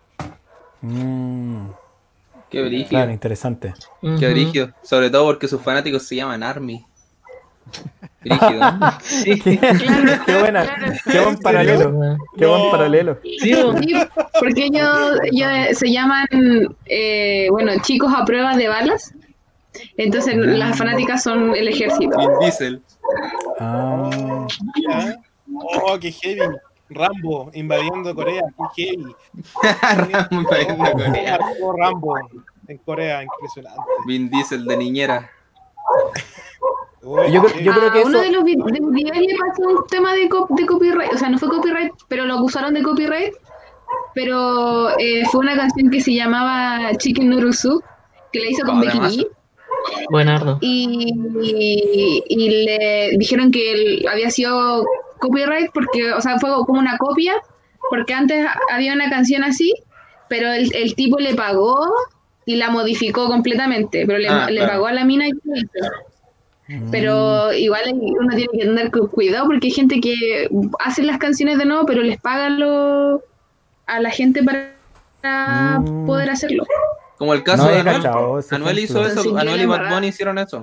Mm, Qué brígido. claro, interesante. Qué Ujú. brígido. Sobre todo porque sus fanáticos se llaman Army. Brígido. Sí. qué, qué buena, qué buen paralelo. Qué buen No. paralelo. Sí, po. Sí, porque ellos, ellos se llaman, eh, bueno, chicos a prueba de balas. Entonces las fanáticas son el ejército. Vin Diesel. Ah, Mira. Oh, qué heavy. Rambo invadiendo Corea. Qué heavy. Rambo invadiendo Corea. Marcó Rambo en Corea. Impresionante. Vin Diesel de niñera. Uy, Yo creo- qué- yo creo que A uno eso- de los vi- de los videos le pasó un tema de, co- de copyright, o sea, no fue copyright, pero lo acusaron de copyright, pero eh, fue una canción que se llamaba Chicken Noodle Soup, que la hizo con Oh, Becky además. G, Buenardo. y, y, y le dijeron que él había sido copyright porque, o sea, fue como una copia, porque antes había una canción así, pero el, el tipo le pagó y la modificó completamente, pero le, Ah, le claro. pagó a la mina y todo eso. mm, Pero igual uno tiene que andar con cuidado porque hay gente que hace las canciones de nuevo, pero les paga lo, a la gente para Mm. poder hacerlo. Como el caso No de he Anuel. cachado ese Anuel hizo ejemplo. eso. Así que Anuel y Bad embarrada. Bunny hicieron eso.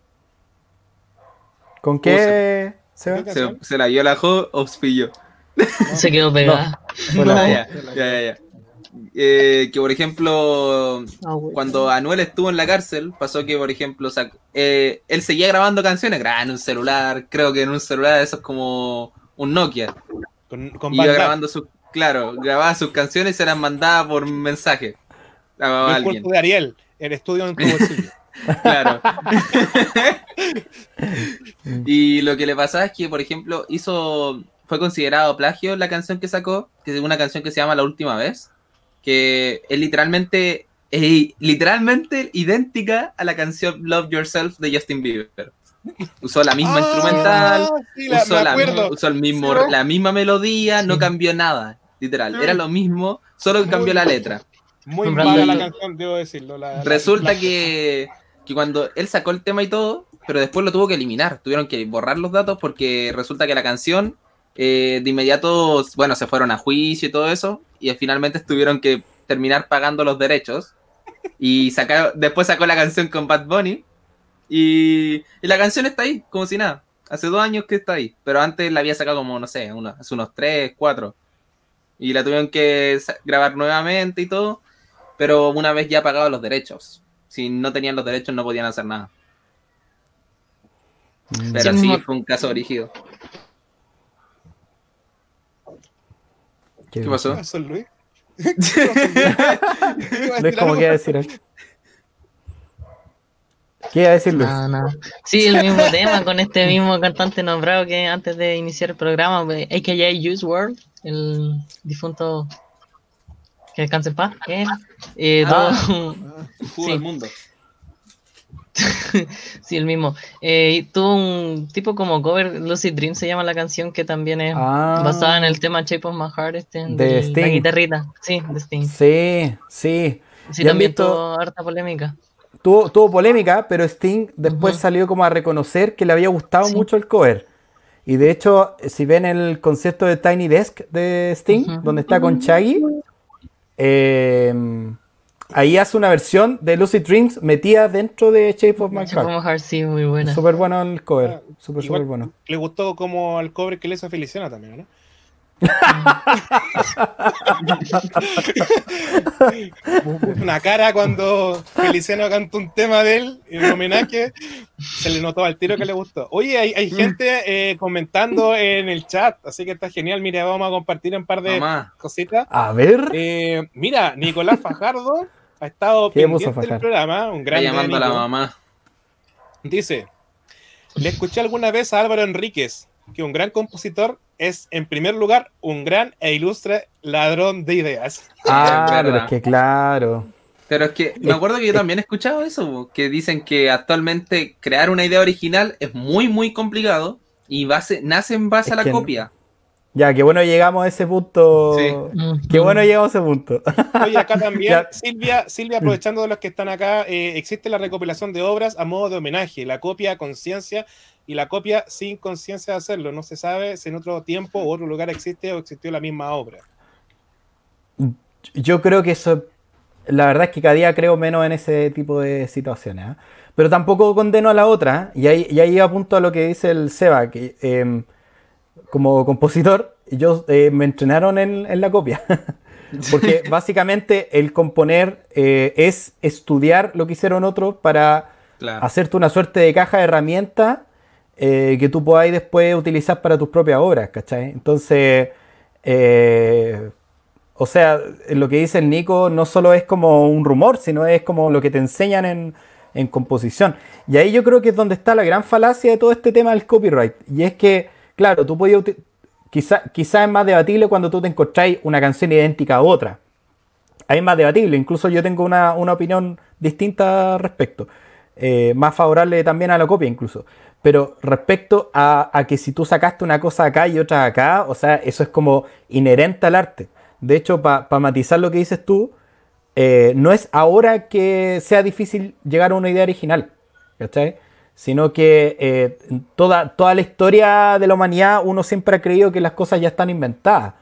¿Con qué se va? ¿Qué Se, canción? se la dio la Jo Ospillo. Se quedó pegada. Fue la- Ah, ya, ya, ya, ya. Eh, que por ejemplo, Ah, güey. cuando Anuel estuvo en la cárcel, pasó que, por ejemplo, sac- eh, él seguía grabando canciones, grababa en un celular, creo que en un celular eso es como un Nokia. Con, con Iba Van Damme. grabando sus, claro, grababa sus canciones y se las mandaba por mensaje a Yo el alguien. cuerpo de Ariel. El estudio en tu bolsillo. Claro. Y lo que le pasaba es que, por ejemplo, hizo, fue considerado plagio la canción que sacó, que es una canción que se llama La Última Vez, que es literalmente, es literalmente idéntica a la canción Love Yourself de Justin Bieber. Usó la misma Ah, instrumental, sí, la- usó, me la, acuerdo. usó el mismo, Sí. la misma melodía, no Sí. cambió nada, literal. Era lo mismo, solo que cambió la letra. Muy Un mala la rato. canción, debo decirlo. la- la- Resulta la- que, que cuando él sacó el tema y todo, pero después lo tuvo que eliminar, tuvieron que borrar los datos porque resulta que la canción eh, de inmediato, bueno, se fueron a juicio y todo eso, y finalmente tuvieron que terminar pagando los derechos, y sacaron, después sacó la canción con Bad Bunny, y, y la canción está ahí, como si nada, hace dos años que está ahí, pero antes la había sacado como, no sé, unos, hace unos tres, cuatro, y la tuvieron que sa- grabar nuevamente y todo, pero una vez ya pagado los derechos. Si no tenían los derechos no podían hacer nada. Pero Sí, sí, mo- fue un caso rígido. ¿Qué ¿Qué pasó? ¿Qué pasó, Luis? Luis, como que iba a decir algo. ¿Qué iba a decir Luis? No, no. Sí, el mismo tema con este mismo cantante nombrado que antes de iniciar el programa, pues, A K A Use World, el difunto que descanse en paz. ¿qué era? Eh, Ah. todo- Jugo Sí. del mundo. Sí, el mismo. Eh, y tuvo un tipo como cover, Lucid Dream se llama la canción, que también es Ah. basada en el tema Shape of My Heart, este, De de la Sting. guitarrita. Sí, de Sting. Sí, sí. Sí, ¿Y han también visto? tuvo harta polémica. Tuvo, tuvo polémica, pero Sting después Ujú. salió como a reconocer que le había gustado Sí. mucho el cover. Y de hecho, si ven el concierto de Tiny Desk de Sting, Ujú. donde está con Shaggy, eh, ahí hace una versión de Lucid Dreams metida dentro de Shape of My Shape of Heart. My Heart, sí, muy buena. Súper bueno el cover, Ah, súper, igual súper bueno. le gustó como el cover que le hizo a Feliciana también, ¿no? Una cara cuando Feliciano cantó un tema de él en homenaje, se le notó al tiro que le gustó. Oye, hay, hay gente eh, comentando en el chat, así que está genial. Mira, vamos a compartir un par de Mamá. cositas. A ver, Eh, mira, Nicolás Fajardo ha estado ¿Qué puso pendiente del Fajardo? programa, un Está grande llamando a la Nico. mamá. Dice, le escuché alguna vez a Álvaro Enríquez, que un gran compositor es, en primer lugar, un gran e ilustre ladrón de ideas. Ah, Es pero verdad. es que claro. Pero es que me acuerdo que yo también he escuchado eso, po, que dicen que actualmente crear una idea original es muy, muy complicado y base, nace en base Es a la que- copia. Ya, qué bueno llegamos a ese punto. Sí. Qué bueno llegamos a ese punto. Oye, acá también, Ya. Silvia, Silvia, aprovechando de los que están acá, eh, existe la recopilación de obras a modo de homenaje, la copia a conciencia y la copia sin conciencia de hacerlo. No se sabe si en otro tiempo o otro lugar existe o existió la misma obra. Yo creo que eso, la verdad es que cada día creo menos en ese tipo de situaciones, ¿eh? Pero tampoco condeno a la otra, ¿eh? Y ahí, y ahí apunto a lo que dice el Seba, que eh, como compositor, yo eh, me entrenaron en, en la copia. Porque básicamente el componer eh, es estudiar lo que hicieron otros para Claro. hacerte una suerte de caja de herramientas eh, que tú podáis después utilizar para tus propias obras, ¿cachai? Entonces, eh, o sea, lo que dice el Nico no solo es como un rumor, sino es como lo que te enseñan en, en composición. Y ahí yo creo que es donde está la gran falacia de todo este tema del copyright. Y es que, claro, tú podías uti- quizá, quizá es más debatible cuando tú te encontráis una canción idéntica a otra. Ahí es más debatible, incluso yo tengo una, una opinión distinta al respecto. Eh, más favorable también a la copia incluso. Pero respecto a, a que si tú sacaste una cosa acá y otra acá, o sea, eso es como inherente al arte. De hecho, para pa matizar lo que dices tú, eh, no es ahora que sea difícil llegar a una idea original, ¿cachai? Sino que eh, toda, toda la historia de la humanidad uno siempre ha creído que las cosas ya están inventadas.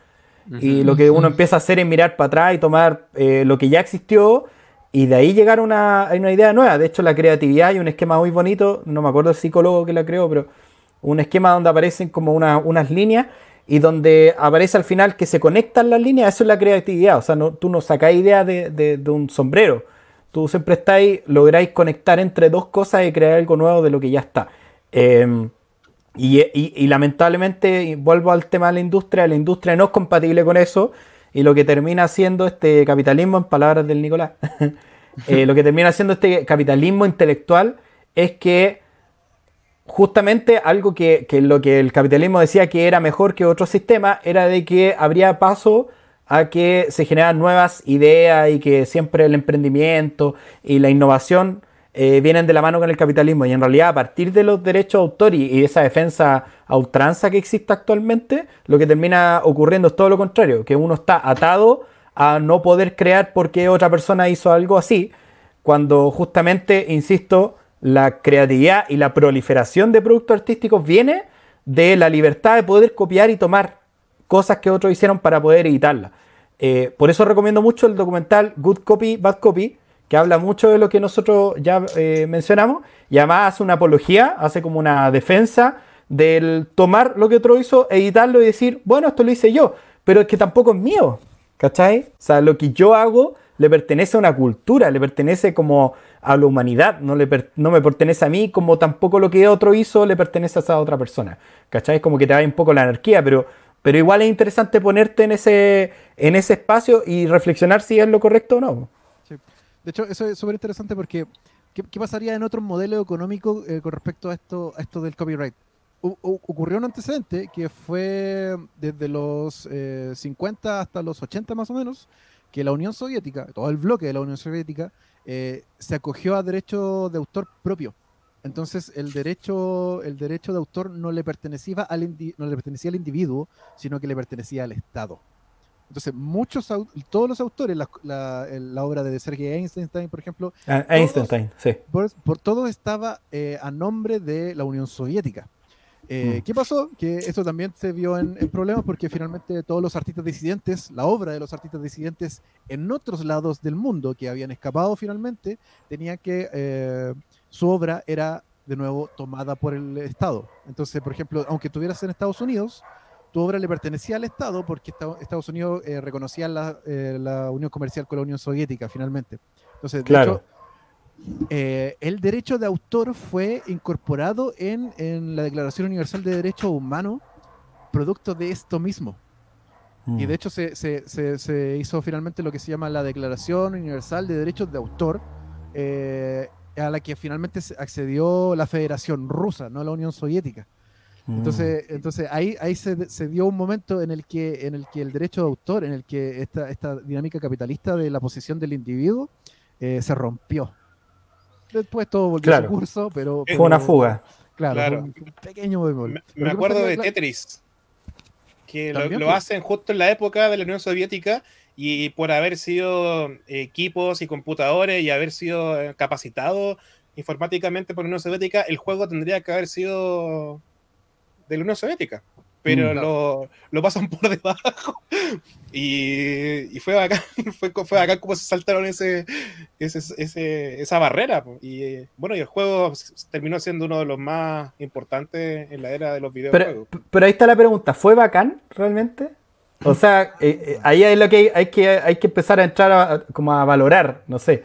Y lo que uno empieza a hacer es mirar para atrás y tomar eh, lo que ya existió y de ahí llegar a una, a una idea nueva. De hecho, la creatividad hay un esquema muy bonito, no me acuerdo el psicólogo que la creó, pero un esquema donde aparecen como una, unas líneas y donde aparece al final que se conectan las líneas. Eso es la creatividad. O sea, no, tú no sacás ideas de, de, de un sombrero. Tú siempre estáis, lográis conectar entre dos cosas y crear algo nuevo de lo que ya está. Eh, Y, y, y lamentablemente, vuelvo al tema de la industria, la industria no es compatible con eso y lo que termina siendo este capitalismo, en palabras del Nicolás, eh, lo que termina siendo este capitalismo intelectual es que justamente algo que, que lo que el capitalismo decía que era mejor que otro sistema era de que habría paso a que se generaran nuevas ideas y que siempre el emprendimiento y la innovación Eh, vienen de la mano con el capitalismo y en realidad a partir de los derechos de autor y, y esa defensa a ultranza que existe actualmente, lo que termina ocurriendo es todo lo contrario, que uno está atado a no poder crear porque otra persona hizo algo así, cuando justamente, insisto, la creatividad y la proliferación de productos artísticos viene de la libertad de poder copiar y tomar cosas que otros hicieron para poder editarlas. Eh, por eso recomiendo mucho el documental Good Copy, Bad Copy, que habla mucho de lo que nosotros ya eh, mencionamos, y además hace una apología, hace como una defensa del tomar lo que otro hizo, editarlo y decir, bueno, esto lo hice yo, pero es que tampoco es mío, ¿cachai? O sea, lo que yo hago le pertenece a una cultura, le pertenece como a la humanidad, no, le per- no me pertenece a mí, como tampoco lo que otro hizo le pertenece a esa otra persona, ¿cachai? Es como que te va un poco la anarquía, pero, pero igual es interesante ponerte en ese, en ese espacio y reflexionar si es lo correcto o no. De hecho, eso es súper interesante porque ¿qué, qué pasaría en otro modelo económico eh, con respecto a esto, a esto del copyright? U- u- ocurrió un antecedente que fue desde los eh, cincuenta hasta los ochenta más o menos, que la Unión Soviética, todo el bloque de la Unión Soviética, eh, se acogió a derechos de autor propio. Entonces el derecho, el derecho de autor no le pertenecía al indi- no le pertenecía al individuo, sino que le pertenecía al Estado. Entonces muchos, au- todos los autores, la, la, el- la obra de Sergei Eisenstein, por ejemplo, Ah, todos, Einstein, sí. por, por todo estaba eh, a nombre de la Unión Soviética. Eh, Mm. ¿Qué pasó? Que esto también se vio en, en problemas porque finalmente todos los artistas disidentes, la obra de los artistas disidentes en otros lados del mundo que habían escapado finalmente, tenía que, eh, su obra era de nuevo tomada por el Estado. Entonces, por ejemplo, aunque estuvieras en Estados Unidos, tu obra le pertenecía al Estado porque Esta- Estados Unidos eh, reconocía la, eh, la unión comercial con la Unión Soviética finalmente. Entonces, de Claro. hecho, eh, el derecho de autor fue incorporado en, en la Declaración Universal de Derechos Humanos, producto de esto mismo. Y de Mm. hecho se, se- se- se hizo finalmente lo que se llama la Declaración Universal de Derechos de Autor, eh, a la que finalmente se accedió la Federación Rusa, no la Unión Soviética. Mm. Entonces, entonces ahí, ahí se, se dio un momento en el que, en el que el derecho de autor, en el que esta, esta dinámica capitalista de la posición del individuo eh, se rompió. Después todo volvió Claro. a su curso, pero... Fue una pero- fuga. Claro, Claro. fue un, fue un pequeño bemol. Me, Pero me ¿qué acuerdo pasa? de Claro, Tetris, que lo, También, lo pues. hacen justo en la época de la Unión Soviética y por haber sido equipos y computadores y haber sido eh, capacitados informáticamente por la Unión Soviética, el juego tendría que haber sido de la Unión Soviética, pero Mm. lo, lo pasan por debajo y, y fue bacán, fue, fue bacán como se saltaron ese, ese, ese- esa barrera po. Y eh, bueno, y el juego s- terminó siendo uno de los más importantes en la era de los videojuegos. Pero, pero ahí está la pregunta, ¿fue bacán realmente? O sea, eh, eh, ahí es lo que hay, hay que hay que empezar a entrar a, a- como a valorar, no sé.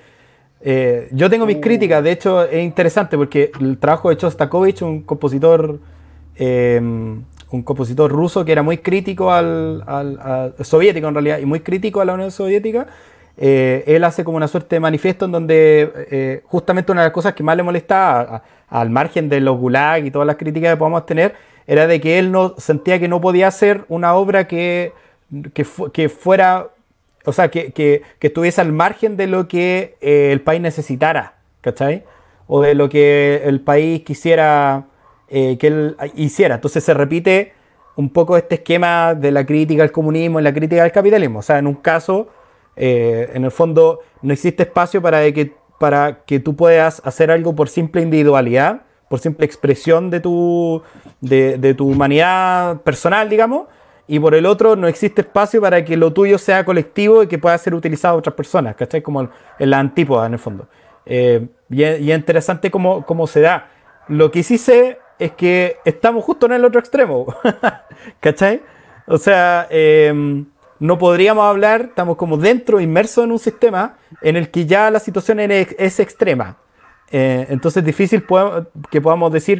Eh, yo tengo mis Uh. críticas, de hecho es interesante porque el trabajo de Shostakovich, un compositor eh, un compositor ruso que era muy crítico al, al- al- soviético en realidad y muy crítico a la Unión Soviética, eh, él hace como una suerte de manifiesto en donde eh, justamente una de las cosas que más le molestaba, a- a- al margen de los gulag y todas las críticas que podamos tener, era de que él no sentía que no podía hacer una obra que, que, fu- que fuera, o sea, que, que- que estuviese al margen de lo que eh, el país necesitara, ¿cachai? O de lo que el país quisiera eh, que él hiciera. Entonces se repite un poco este esquema de la crítica al comunismo y la crítica al capitalismo. O sea, en un caso, eh, en el fondo, no existe espacio para de que, para que tú puedas hacer algo por simple individualidad, por simple expresión de tu, de, de tu humanidad personal, digamos, y por el otro no existe espacio para que lo tuyo sea colectivo y que pueda ser utilizado por otras personas, ¿cachai? Como en la antípoda, en el fondo. Eh, y, es, y es interesante cómo, cómo se da. Lo que sí sé es que estamos justo en el otro extremo, ¿cachai? O sea, eh, no podríamos hablar, estamos como dentro, inmersos en un sistema en el que ya la situación es, es extrema. Eh, entonces es difícil podemos- que podamos decir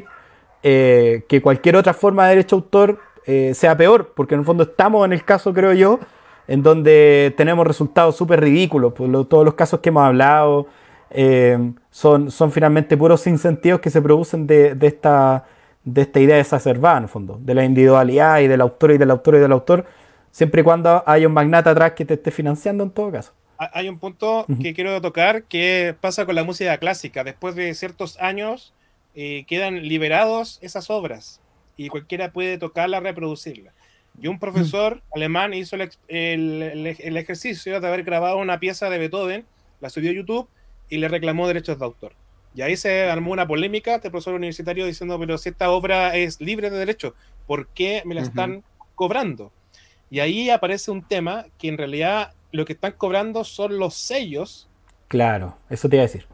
eh, que cualquier otra forma de derecho de autor eh, sea peor, porque en el fondo estamos en el caso, creo yo, en donde tenemos resultados súper ridículos. Pues lo- todos los casos que hemos hablado eh, son, son finalmente puros sinsentidos que se producen de, de esta, de esta idea exacerbada, en el fondo, de la individualidad y del autor y del autor y del autor, siempre y cuando haya un magnate atrás que te esté financiando en todo caso. Ha- Hay un punto que quiero tocar que pasa con la música clásica. Después de ciertos años eh, quedan liberados esas obras y cualquiera puede tocarla, reproducirla. Y un profesor alemán hizo el, ex- el- el- el ejercicio de haber grabado una pieza de Beethoven, la subió a YouTube y le reclamó derechos de autor. Y ahí se armó una polémica este profesor universitario diciendo, pero si esta obra es libre de derecho, ¿por qué me la Ujú. están cobrando? Y ahí aparece un tema que en realidad lo que están cobrando son los sellos Claro, eso te iba a decir,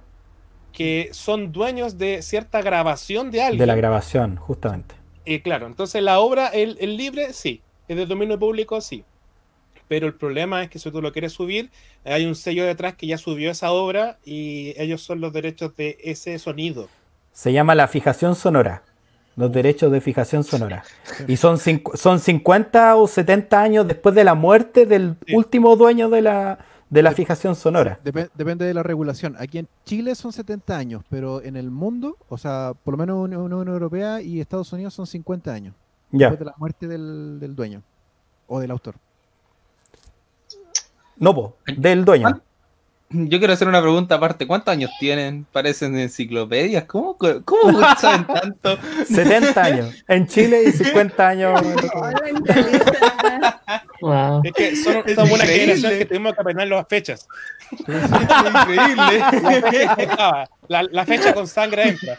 que son dueños de cierta grabación de alguien. de la grabación, justamente. Eh, claro, entonces la obra, el, el libre, sí, es de dominio público, sí. Pero el problema es que si tú lo quieres subir, hay un sello detrás que ya subió esa obra y ellos son los derechos de ese sonido. Se llama la fijación sonora, los derechos de fijación sonora. Y son, cincu- son cincuenta o setenta años después de la muerte del Sí. último dueño de la, de la fijación sonora. Depe- depende de la regulación. Aquí en Chile son setenta años, pero en el mundo, o sea, por lo menos Uni- Unión Europea y Estados Unidos son cincuenta años. Ya. Después de la muerte del, del dueño o del autor. No, po, del dueño. Yo quiero hacer una pregunta aparte. ¿Cuántos años tienen? Parecen enciclopedias. ¿Cómo, cómo saben tanto? setenta años en Chile y cincuenta años en otro- Hola, entrevista. Wow. Es que son, Es somos una increíble. generación que tuvimos que aprender las fechas. Increíble. La fecha, estaba, la, la fecha con sangre entra.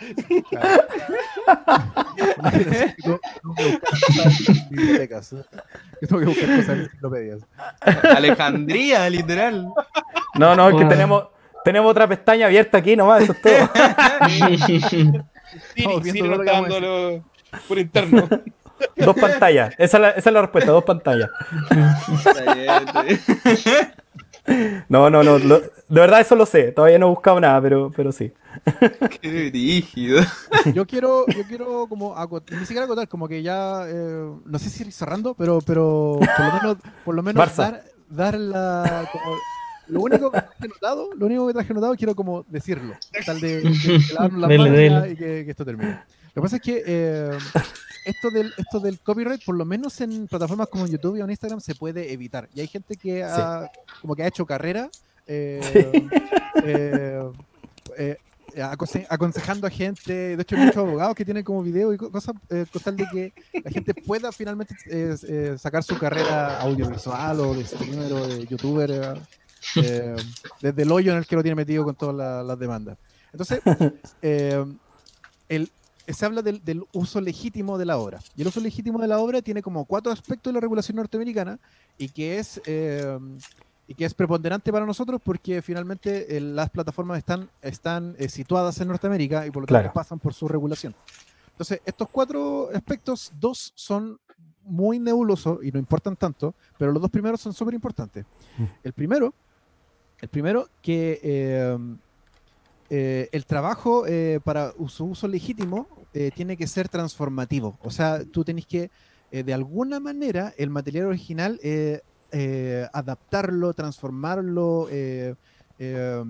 Tengo tengo que buscar cosas en bibliotecas. ¿eh? Tengo que buscar cosas en enciclopedias. Alejandría, literal. No, no, es que Wow. tenemos, tenemos otra pestaña abierta aquí nomás, eso es todo. Siri, Estamos viendo Siri todo nos lo que está vamos a dándolo por interno. Dos pantallas, esa es la, esa es la respuesta, dos pantallas. Está bien, está bien. No, no, no, lo- de verdad eso lo sé, todavía no he buscado nada, pero, pero sí. Qué rígido. Yo quiero, yo quiero como acot- ni siquiera acotar, como que ya, eh, no sé si ir cerrando, pero, pero por lo menos, por lo menos Barça. dar, dar la, como, lo único que traje notado, lo único que traje notado, quiero como decirlo, tal de, de, de lavarnos las Dele, manos ya dele. y que, que esto termine. Lo que pasa es que eh, esto del, esto del copyright, por lo menos en plataformas como YouTube y en Instagram, se puede evitar. Y hay gente que ha, como que ha hecho carrera eh, eh, eh, aconse- aconsejando a gente. De hecho, hay muchos abogados que tienen como video y co- cosas eh, con tal de que la gente pueda finalmente eh, eh, sacar su carrera audiovisual o de streamer o de youtuber eh, eh, desde el hoyo en el que lo tiene metido con todas la- las demandas. Entonces, eh, el, se habla del, del uso legítimo de la obra. Y el uso legítimo de la obra tiene como cuatro aspectos de la regulación norteamericana y que es, eh, y que es preponderante para nosotros porque finalmente eh, las plataformas están, están eh, situadas en Norteamérica y por lo tanto Claro. pasan por su regulación. Entonces, estos cuatro aspectos, dos son muy nebulosos y no importan tanto, pero los dos primeros son súper importantes. El primero, el primero que eh, eh, el trabajo eh, para su uso legítimo eh, tiene que ser transformativo. O sea, tú tenés que, eh, de alguna manera, el material original eh, eh, adaptarlo, transformarlo, eh, eh,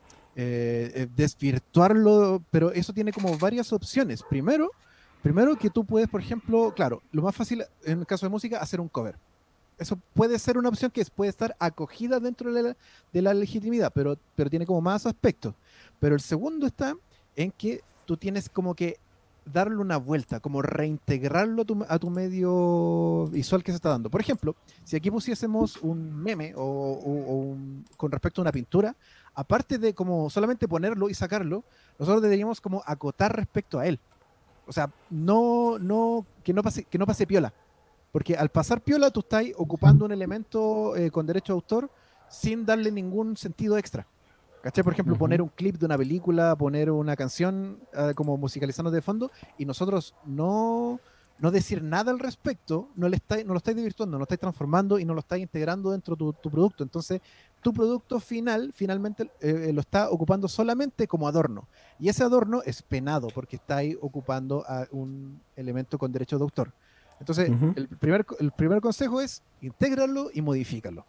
eh, eh, desvirtuarlo, pero eso tiene como varias opciones. Primero, primero que tú puedes, por ejemplo, claro, lo más fácil en el caso de música, hacer un cover. Eso puede ser una opción que puede estar acogida dentro de la, de la legitimidad, pero, pero tiene como más aspectos. Pero el segundo está en que tú tienes como que darle una vuelta, como reintegrarlo a tu, a tu medio visual que se está dando. Por ejemplo, si aquí pusiésemos un meme o, o- o un- con respecto a una pintura, aparte de como solamente ponerlo y sacarlo, nosotros deberíamos como acotar respecto a él. O sea, no, no, que no pase, que no pase piola. Porque al pasar piola tú estás ocupando un elemento eh, con derecho de autor sin darle ningún sentido extra. ¿Cachai? Por ejemplo, Ujú. poner un clip de una película, poner una canción eh, como musicalizando de fondo y nosotros no, no decir nada al respecto, no, le estáis, no lo estáis desvirtuando, no lo estáis transformando y no lo estáis integrando dentro de tu, tu producto. Entonces, tu producto final, finalmente, eh, lo está ocupando solamente como adorno. Y ese adorno es penado porque estáis ocupando a un elemento con derecho de autor. Entonces, Ujú. el, primer, el primer consejo es intégralo y modifícalo.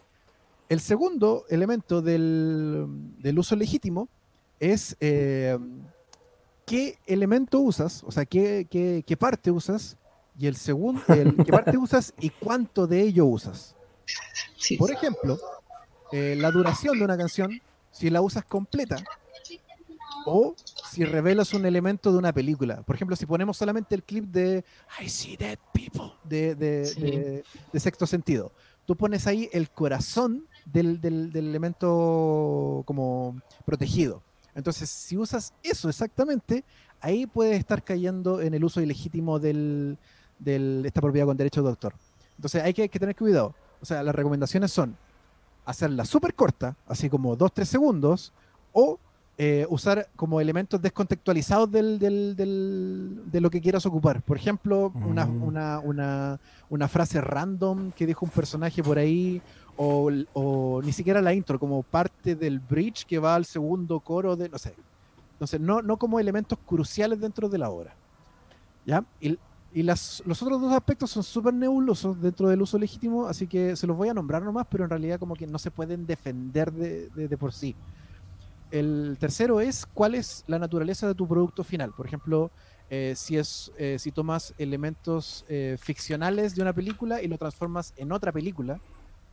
El segundo elemento del, del uso legítimo es eh, qué elemento usas, o sea, qué, qué, qué parte usas, y el segundo, el, qué parte usas y cuánto de ello usas. Sí. Por ejemplo, eh, la duración de una canción, si la usas completa, o si revelas un elemento de una película. Por ejemplo, si ponemos solamente el clip de I See Dead People de, de, Sí. de- de Sexto Sentido, tú pones ahí el corazón del, del- del elemento como protegido. Entonces, si usas eso exactamente, ahí puedes estar cayendo en el uso ilegítimo de del, esta propiedad con derecho de autor. Entonces, hay que, hay que tener cuidado. O sea, las recomendaciones son hacerla súper corta, así como dos tres segundos, o eh, usar como elementos descontextualizados del, del- del- de lo que quieras ocupar. Por ejemplo, una, Mm. una, una, una frase random que dijo un personaje por ahí, o, o ni siquiera la intro, como parte del bridge que va al segundo coro de, no sé, no sé, no, no como elementos cruciales dentro de la obra. ¿Ya? Y, y las, los otros dos aspectos son súper nebulosos dentro del uso legítimo, así que se los voy a nombrar nomás, pero en realidad como que no se pueden defender de, de- de por sí. El tercero es cuál es la naturaleza de tu producto final. Por ejemplo, eh, si, es, eh, si tomas elementos eh, ficcionales de una película y lo transformas en otra película,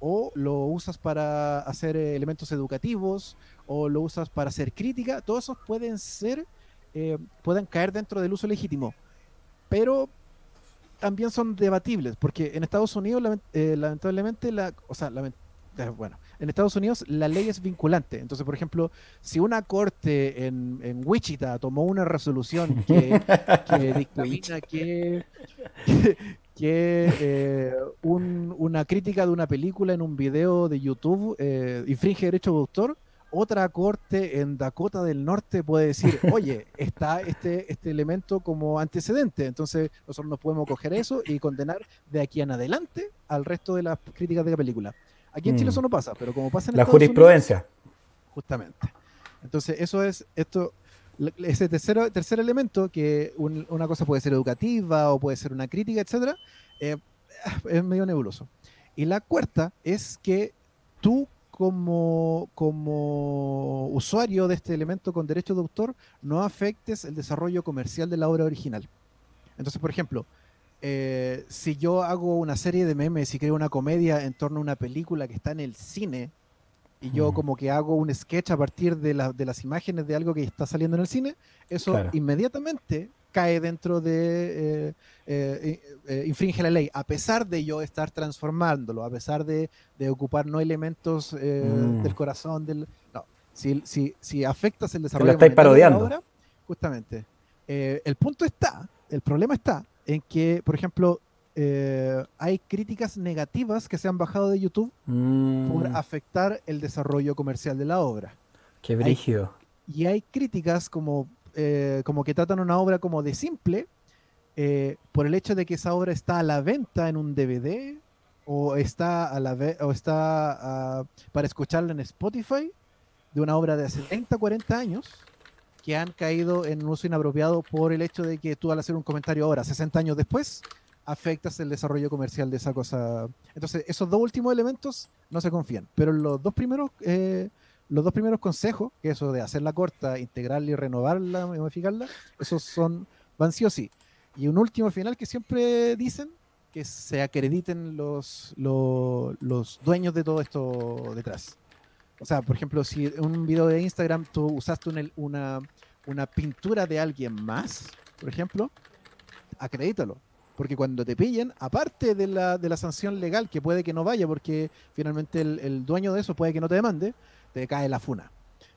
o lo usas para hacer eh, elementos educativos, o lo usas para hacer crítica, todos esos pueden ser, eh, pueden caer dentro del uso legítimo, pero también son debatibles, porque en Estados Unidos, lament- eh, lamentablemente, la, o sea, lament- eh, bueno, en Estados Unidos la ley es vinculante. Entonces, por ejemplo, si una corte en, en Wichita tomó una resolución que, que dictamina que, que, que, eh, un- una crítica de una película en un video de YouTube eh, infringe derecho de autor, otra corte en Dakota del Norte puede decir, oye, está este, este elemento como antecedente, entonces nosotros nos podemos coger eso y condenar de aquí en adelante al resto de las críticas de la película. Aquí en Chile Mm. eso no pasa, pero como pasa en La Estados jurisprudencia. Unidos, justamente. Entonces eso es esto, l- ese tercero, tercer elemento, que un- una cosa puede ser educativa o puede ser una crítica, etcétera, eh, es medio nebuloso. Y la cuarta es que tú como, como usuario de este elemento con derecho de autor no afectes el desarrollo comercial de la obra original. Entonces, por ejemplo, eh, si yo hago una serie de memes y creo una comedia en torno a una película que está en el cine, y yo Mm. como que hago un sketch a partir de, la- de las imágenes de algo que está saliendo en el cine, eso Claro. inmediatamente cae dentro de, eh, eh, eh, infringe la ley, a pesar de yo estar transformándolo, a pesar de, de ocupar no elementos eh, Mm. del corazón, del... No, si, si, si afectas el lo desarrollo estáis monetario de la parodiando. obra, justamente, eh, el punto está, el problema está en que, por ejemplo, eh, hay críticas negativas que se han bajado de YouTube por Mm, afectar el desarrollo comercial de la obra. qué brígido. Y hay críticas como, eh, como que tratan una obra como de simple, eh, por el hecho de que esa obra está a la venta en un D V D o está, a la ve- o está ah, para escucharla en Spotify, de una obra de hace treinta, cuarenta años, que han caído en un uso inapropiado por el hecho de que tú al hacer un comentario ahora, sesenta años después, afectas el desarrollo comercial de esa cosa. Entonces, esos dos últimos elementos no se confían, pero los dos primeros, eh, los dos primeros consejos, que eso de hacerla corta, integrarla y renovarla y modificarla, esos son, van sí o sí. Y un último final que siempre dicen, que se acrediten los, los, los dueños de todo esto detrás. O sea, por ejemplo, si en un video de Instagram tú usaste una, una, una pintura de alguien más, por ejemplo, acredítalo. Porque cuando te pillen, aparte de la, de la sanción legal, que puede que no vaya, porque finalmente el, el dueño de eso puede que no te demande, te cae la funa.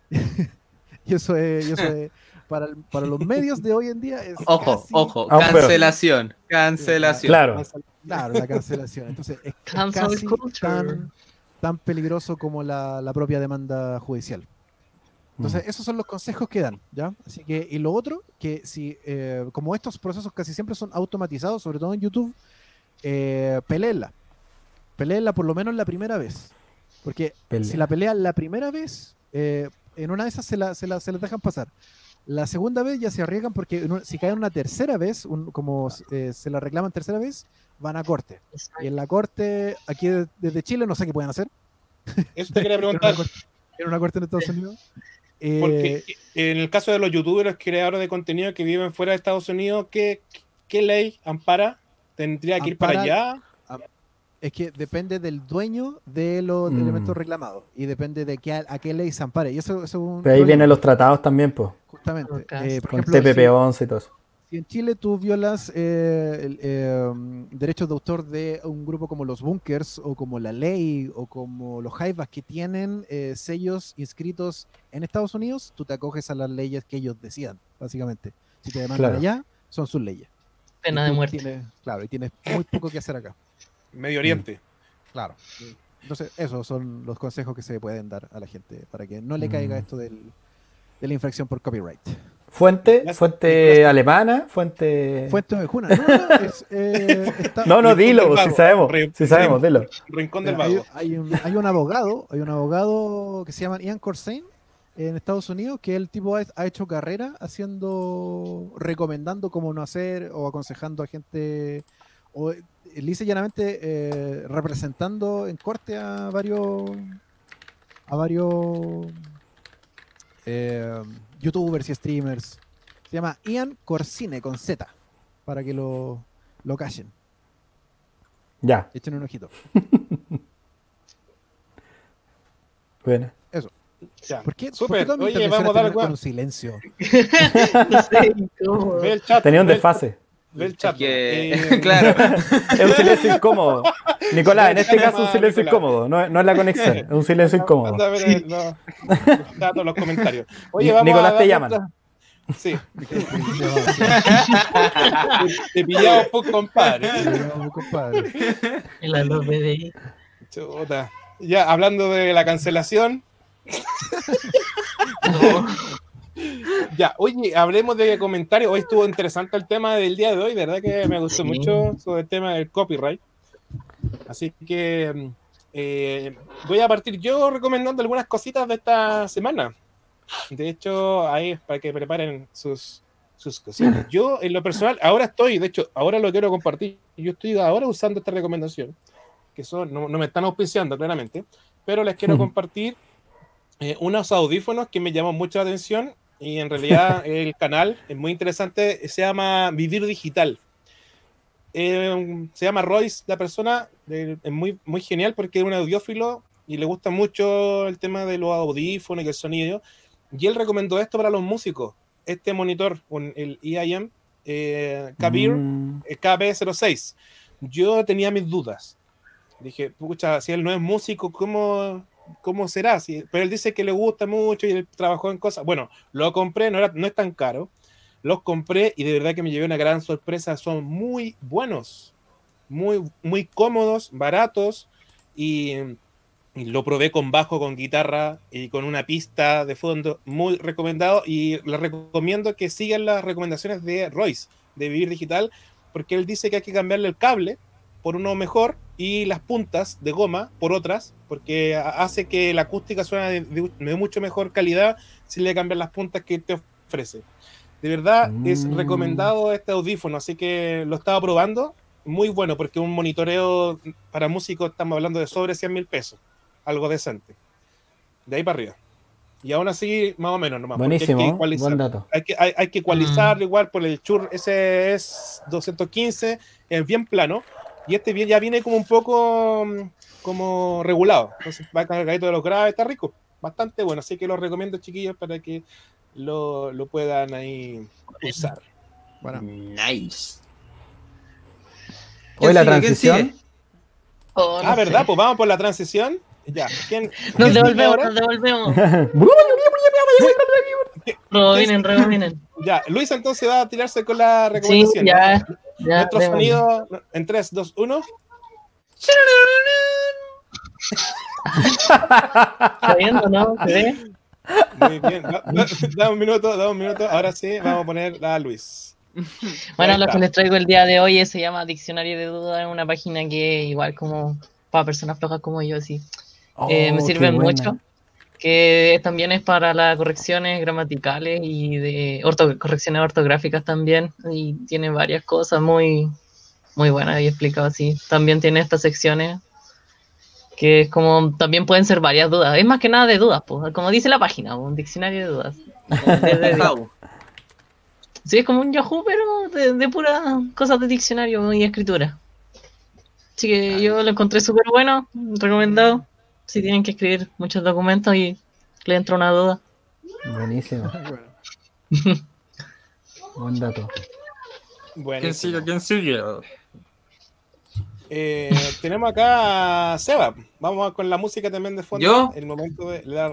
y eso es, y eso es para, el- para los medios de hoy en día es Ojo, casi- ojo, Ah, pero- cancelación, cancelación. Claro. Claro, la cancelación. Entonces es, es Cancel casi culture. tan, tan peligroso como la, la propia demanda judicial. Entonces, Mm. esos son los consejos que dan, ¿ya? Así que, y lo otro, que si, eh, como estos procesos casi siempre son automatizados, sobre todo en YouTube, eh, peleenla. Peleenla por lo menos la primera vez. Porque Pelea. si la pelean la primera vez, eh, en una de esas se la, se la- se las dejan pasar. La segunda vez ya se arriesgan porque en un- si caen una tercera vez, un- como eh, se la reclaman tercera vez, van a corte. Y en la corte, aquí de- desde Chile, no sé qué pueden hacer. Eso te quería En una preguntar. corte, en una corte en Estados Unidos. Eh, Porque en el caso de los youtubers, los creadores de contenido que viven fuera de Estados Unidos, ¿qué, qué ley ampara? ¿Tendría que ir para Ampara- allá? Es que depende del dueño de los Mm. elementos reclamados y depende de qué, a qué ley se ampare. Y eso, eso es un Pero ahí rollo, vienen los tratados también, pues. justamente. Podcast. Eh, por Con ejemplo, T P P si- once y todo eso. Si en Chile tú violas eh, el, eh, um, derechos de autor de un grupo como los Bunkers o como La Ley o como los Jaivas que tienen eh, sellos inscritos en Estados Unidos, tú te acoges a las leyes que ellos decidan, básicamente. Si te demandan Claro. allá, son sus leyes. Pena Y de tú muerte. tienes- claro, y tienes muy poco que hacer acá. Medio Oriente. Claro. Entonces, esos son los consejos que se pueden dar a la gente para que no le caiga Mm. esto del, de la infracción por copyright. Fuente, Nicolás- fuente Nicolás- alemana, fuente. Fuente de Juna. No, no, es, eh, está- No, no, Rincón dilo, del si Vago. sabemos, Re- si sabemos, dilo. Rincón del Hay, Vago. hay un, hay un abogado, hay un abogado que se llama Ian Corsain en Estados Unidos, que el tipo ha, ha hecho carrera haciendo, recomendando cómo no hacer o aconsejando a gente, o eh, lisa y llanamente eh, representando en corte a varios, a varios eh, youtubers y streamers. Se llama Ian Corsine con Z, para que lo, lo callen, Ya. echen un ojito. Bueno. Ya. ¿Por qué, Súper. ¿por qué todas mis Oye, intervenciones vamos a dar terminan con gua- un silencio? No sé, incómodo. Ve el chat. Tenía un ve el- desfase. Ve el chat. Que, Eh, claro. Es un silencio incómodo. Nicolás, en este caso un Llama a silencio Nicolás. incómodo, no, es- no es la conexión, es un silencio incómodo. Anda a ver el- los, los datos, los comentarios. Oye, Ni- vamos Nicolás, a te dar llaman. nuestra- Sí. Te pillamos, pues, compadre. No, compadre. El aló B D I. Chuta. Ya, hablando de la cancelación. No. Ya, oye, hablemos de comentarios. Hoy estuvo interesante el tema del día de hoy, verdad que me gustó Sí. mucho sobre el tema del copyright. Así que eh, voy a partir yo recomendando algunas cositas de esta semana. De hecho, ahí es para que preparen sus, sus cositas. Yo, en lo personal, ahora estoy, de hecho, ahora lo quiero compartir. Yo estoy ahora usando esta recomendación, que son, no, no me están auspiciando claramente, pero les quiero compartir eh, unos audífonos que me llamó mucho la atención y en realidad el canal es muy interesante, se llama Vivir Digital. Eh, se llama Royce, la persona, eh, es muy, muy genial porque es un audiófilo y le gusta mucho el tema de los audífonos y el sonido. Y él recomendó esto para los músicos, este monitor, un, el E I M eh, Kabir Mm. eh, K B cero seis. Yo tenía mis dudas. Dije, pucha, si él no es músico, ¿cómo, cómo será? Si, pero él dice que le gusta mucho y él trabajó en cosas. Bueno, lo compré, no, era, no es tan caro. Los compré y de verdad que me llevé una gran sorpresa. Son muy buenos, muy, muy cómodos, baratos y, y lo probé con bajo, con guitarra y con una pista de fondo. Muy recomendado y les recomiendo que sigan las recomendaciones de Royce, de Vivir Digital, porque él dice que hay que cambiarle el cable por uno mejor y las puntas de goma por otras, porque hace que la acústica suene de, de, de mucho mejor calidad si le cambian las puntas que te ofrece. De verdad mm. es recomendado este audífono, así que lo estaba probando, muy bueno, porque un monitoreo para músicos estamos hablando de sobre cien mil pesos, algo decente, de ahí para arriba. Y aún así, más o menos nomás. Buenísimo, hay que ecualizar, buen dato. Hay que, hay, hay que ecualizarlo mm. igual por el Shure, ese es doscientos quince, es bien plano, y este bien, ya viene como un poco como regulado, entonces va cargadito de los graves, está rico, bastante bueno, así que lo recomiendo, chiquillos, para que lo, lo puedan ahí usar. Bueno. Nice. Hoy la transición. Oh, no ah, ¿verdad? sé. Pues vamos por la transición. Ya. ¿Quién, Nos ¿quién devolvemos, ahora? nos devolvemos. Rebobinen, rebobinen. Ya, Luis entonces va a tirarse con la Sí, recomendación. ya. ¿no? ya Nuestro démosle. sonido en tres, dos, uno. ¿Está viendo, no? ¿Se ve? Muy bien. Da, da, da un minuto, da un minuto. Ahora sí, vamos a poner a Luis. Bueno, Ahí lo está. que les traigo el día de hoy es- se llama Diccionario de Dudas, es una página que igual como para personas flojas como yo, sí. Eh, me Oh, sirven qué buena. mucho, que también es para las correcciones gramaticales y de orto- correcciones ortográficas también, y tiene varias cosas muy, muy buenas y explicado así. También tiene estas secciones que es como, también pueden ser varias dudas, es más que nada de dudas, pues, como dice la página, un diccionario de dudas. De- de- de- Jau. Sí, es como un Yahoo, pero de, de puras cosas de diccionario y escritura. Así que yo lo encontré súper bueno, recomendado. Si tienen que escribir muchos documentos y le entra una duda. Buenísimo. Bueno. Buen dato. Bueno, ¿Quién sigue? ¿Quién sigue? eh, tenemos acá a Seba. Vamos con la música también de fondo. ¿Yo? El momento de la...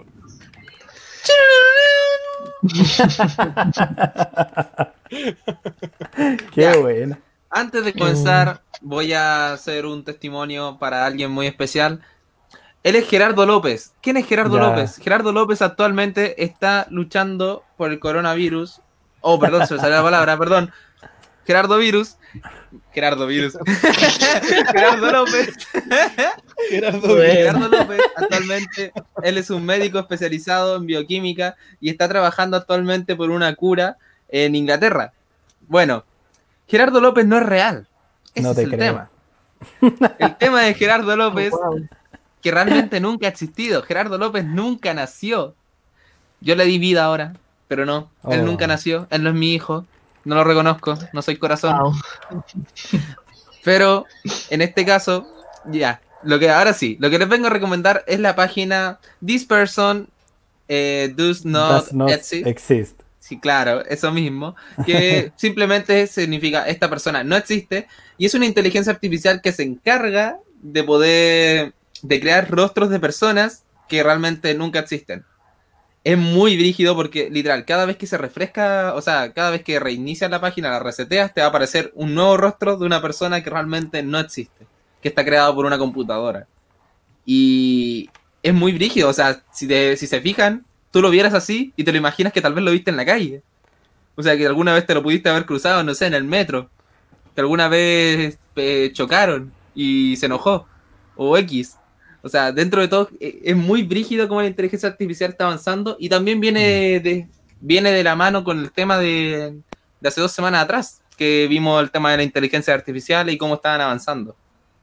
Qué Ya. buena. Antes de comenzar, voy a hacer un testimonio para alguien muy especial. Él es Gerardo López. ¿Quién es Gerardo Ya. López? Gerardo López actualmente está luchando por el coronavirus. Oh, perdón, se me salió la palabra, perdón. Gerardo Virus. Gerardo Virus. Gerardo López. Gerardo. Bueno. Gerardo López, actualmente, él es un médico especializado en bioquímica y está trabajando actualmente por una cura en Inglaterra. Bueno, Gerardo López no es real. Ese No es te el creo. tema. El tema de Gerardo López, Wow. que realmente nunca ha existido. Gerardo López nunca nació. Yo le di vida ahora, pero no. Él Oh. nunca nació. Él no es mi hijo. No lo reconozco. No soy corazón. Wow. Pero en este caso, ya, Lo que, ahora sí, lo que les vengo a recomendar es la página This Person eh, Does Not, Does not Exist. exist. Sí, claro, eso mismo. Que simplemente significa esta persona no existe. Y es una inteligencia artificial que se encarga de poder de crear rostros de personas que realmente nunca existen. Es muy brígido porque, literal, cada vez que se refresca, o sea, cada vez que reinicias la página, la reseteas, te va a aparecer un nuevo rostro de una persona que realmente no existe, que está creado por una computadora. Y es muy brígido, o sea, si, te, si se fijan, tú lo vieras así y te lo imaginas que tal vez lo viste en la calle. O sea, que alguna vez te lo pudiste haber cruzado, no sé, en el metro. Que alguna vez eh, chocaron y se enojó. O X. O sea, dentro de todo, eh, es muy brígido cómo la inteligencia artificial está avanzando. Y también viene de, viene de la mano con el tema de, de hace dos semanas atrás, que vimos el tema de la inteligencia artificial y cómo estaban avanzando.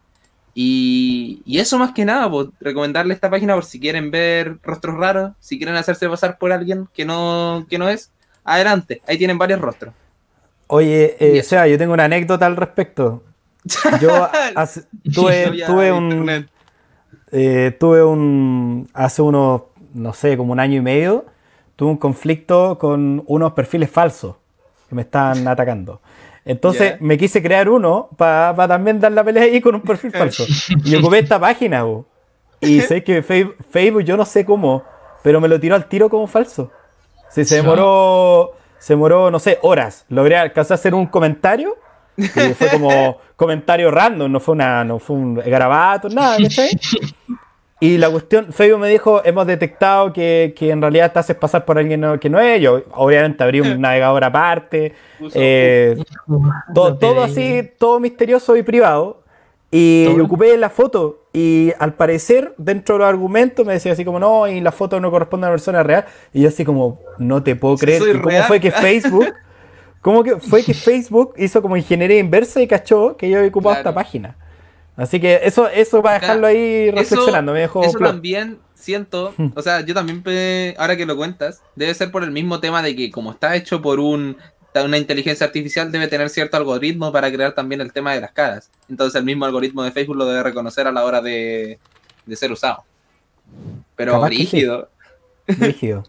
Y, y eso más que nada, pues, recomendarle esta página por si quieren ver rostros raros, si quieren hacerse pasar por alguien que no, que no es, adelante, ahí tienen varios rostros. Oye, eh, o sea, yo tengo una anécdota al respecto. Yo hace, tuve, tuve un... Eh, tuve un... Hace unos, no sé, como un año y medio, tuve un conflicto con unos perfiles falsos que me estaban atacando. Entonces yeah. me quise crear uno para pa también dar la pelea ahí con un perfil falso. Y ocupé esta página, bo. Y sé que Facebook, Facebook, yo no sé cómo, pero me lo tiró al tiro como falso. Sí, se demoró, se demoró, no sé, horas. Logré alcanzar a hacer un comentario. Y fue como comentario random, no fue una, no fue un garabato, nada, ¿cachai? Y la cuestión, Facebook me dijo, hemos detectado que, que en realidad te haces pasar por alguien no, que no es. Yo obviamente abrí un navegador aparte, eh, todo, todo así, todo misterioso y privado. Y ocupé la foto y al parecer dentro de los argumentos me decía así como no, y la foto no corresponde a una persona real. Y yo así como, no te puedo creer. ¿Y cómo fue que Facebook, cómo que fue que Facebook hizo como ingeniería inversa y cachó que yo había ocupado claro. esta página? Así que eso, eso para dejarlo ahí reflexionando. Eso, me dejó eso también siento, o sea, yo también, ahora que lo cuentas, debe ser por el mismo tema de que como está hecho por un, una inteligencia artificial, debe tener cierto algoritmo para crear también el tema de las caras. Entonces el mismo algoritmo de Facebook lo debe reconocer a la hora de, de ser usado. Pero rígido. Sí. Rígido.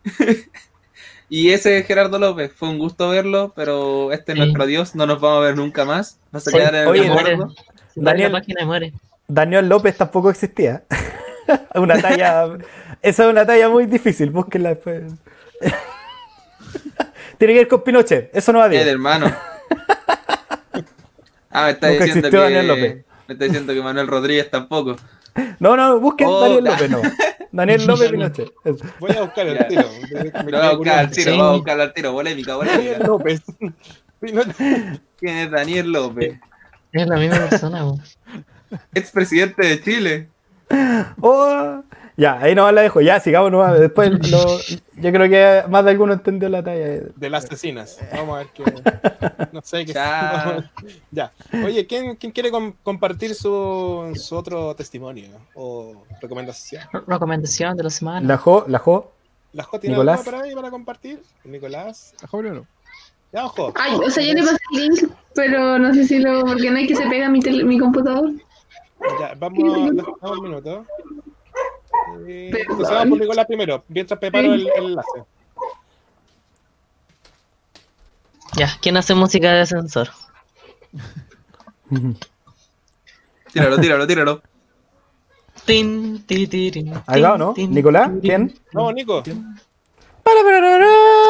Y ese es Gerardo López, fue un gusto verlo, pero este es sí. nuestro Dios, no nos vamos a ver nunca más. Vas a quedar en el Oye, recuerdo. Daniel, la página muere. Daniel López tampoco existía. Una talla. Esa es una talla muy difícil, búsquenla después. Tiene que ir con Pinochet, eso no va bien. El hermano. Ah, me está, diciendo que, Daniel López. me está diciendo que Manuel Rodríguez tampoco. No, no, busquen oh, Daniel López, no. Daniel López Pinochet. Voy a buscar el tiro. Lo voy a buscar al tiro, sí. voy a buscar al tiro. Polémica, polémica. Daniel López. ¿Quién es Daniel López? Es la misma persona, bro. Expresidente de Chile. Oh, ya, ahí nomás la dejo. Ya, sigamos nomás. Después lo, yo creo que más de alguno entendió la talla. De las asesinas. Vamos a ver qué. No sé qué. Ya. ya. Oye, ¿quién, quién quiere com compartir su, su otro testimonio o recomendación? Recomendación de la semana. La Jo, la Jo. ¿La Jo tiene Nicolás. algo para ahí para compartir? Nicolás. La Jo primero. Ya, ojo. Ay, o sea, yo le pasé el link, pero no sé si lo. Porque no hay que se pega mi, mi computador. Ya, vamos, damos un minuto. Eh, entonces vamos por Nicolás primero, mientras preparo el, el enlace. Ya, ¿quién hace música de ascensor? Tíralo, tíralo, tíralo. Tin, tin, tin, tin, Ahí va, ¿no? tin, ¿Nicolás? tin, ¿Quién? No, Nico. Para, para, para.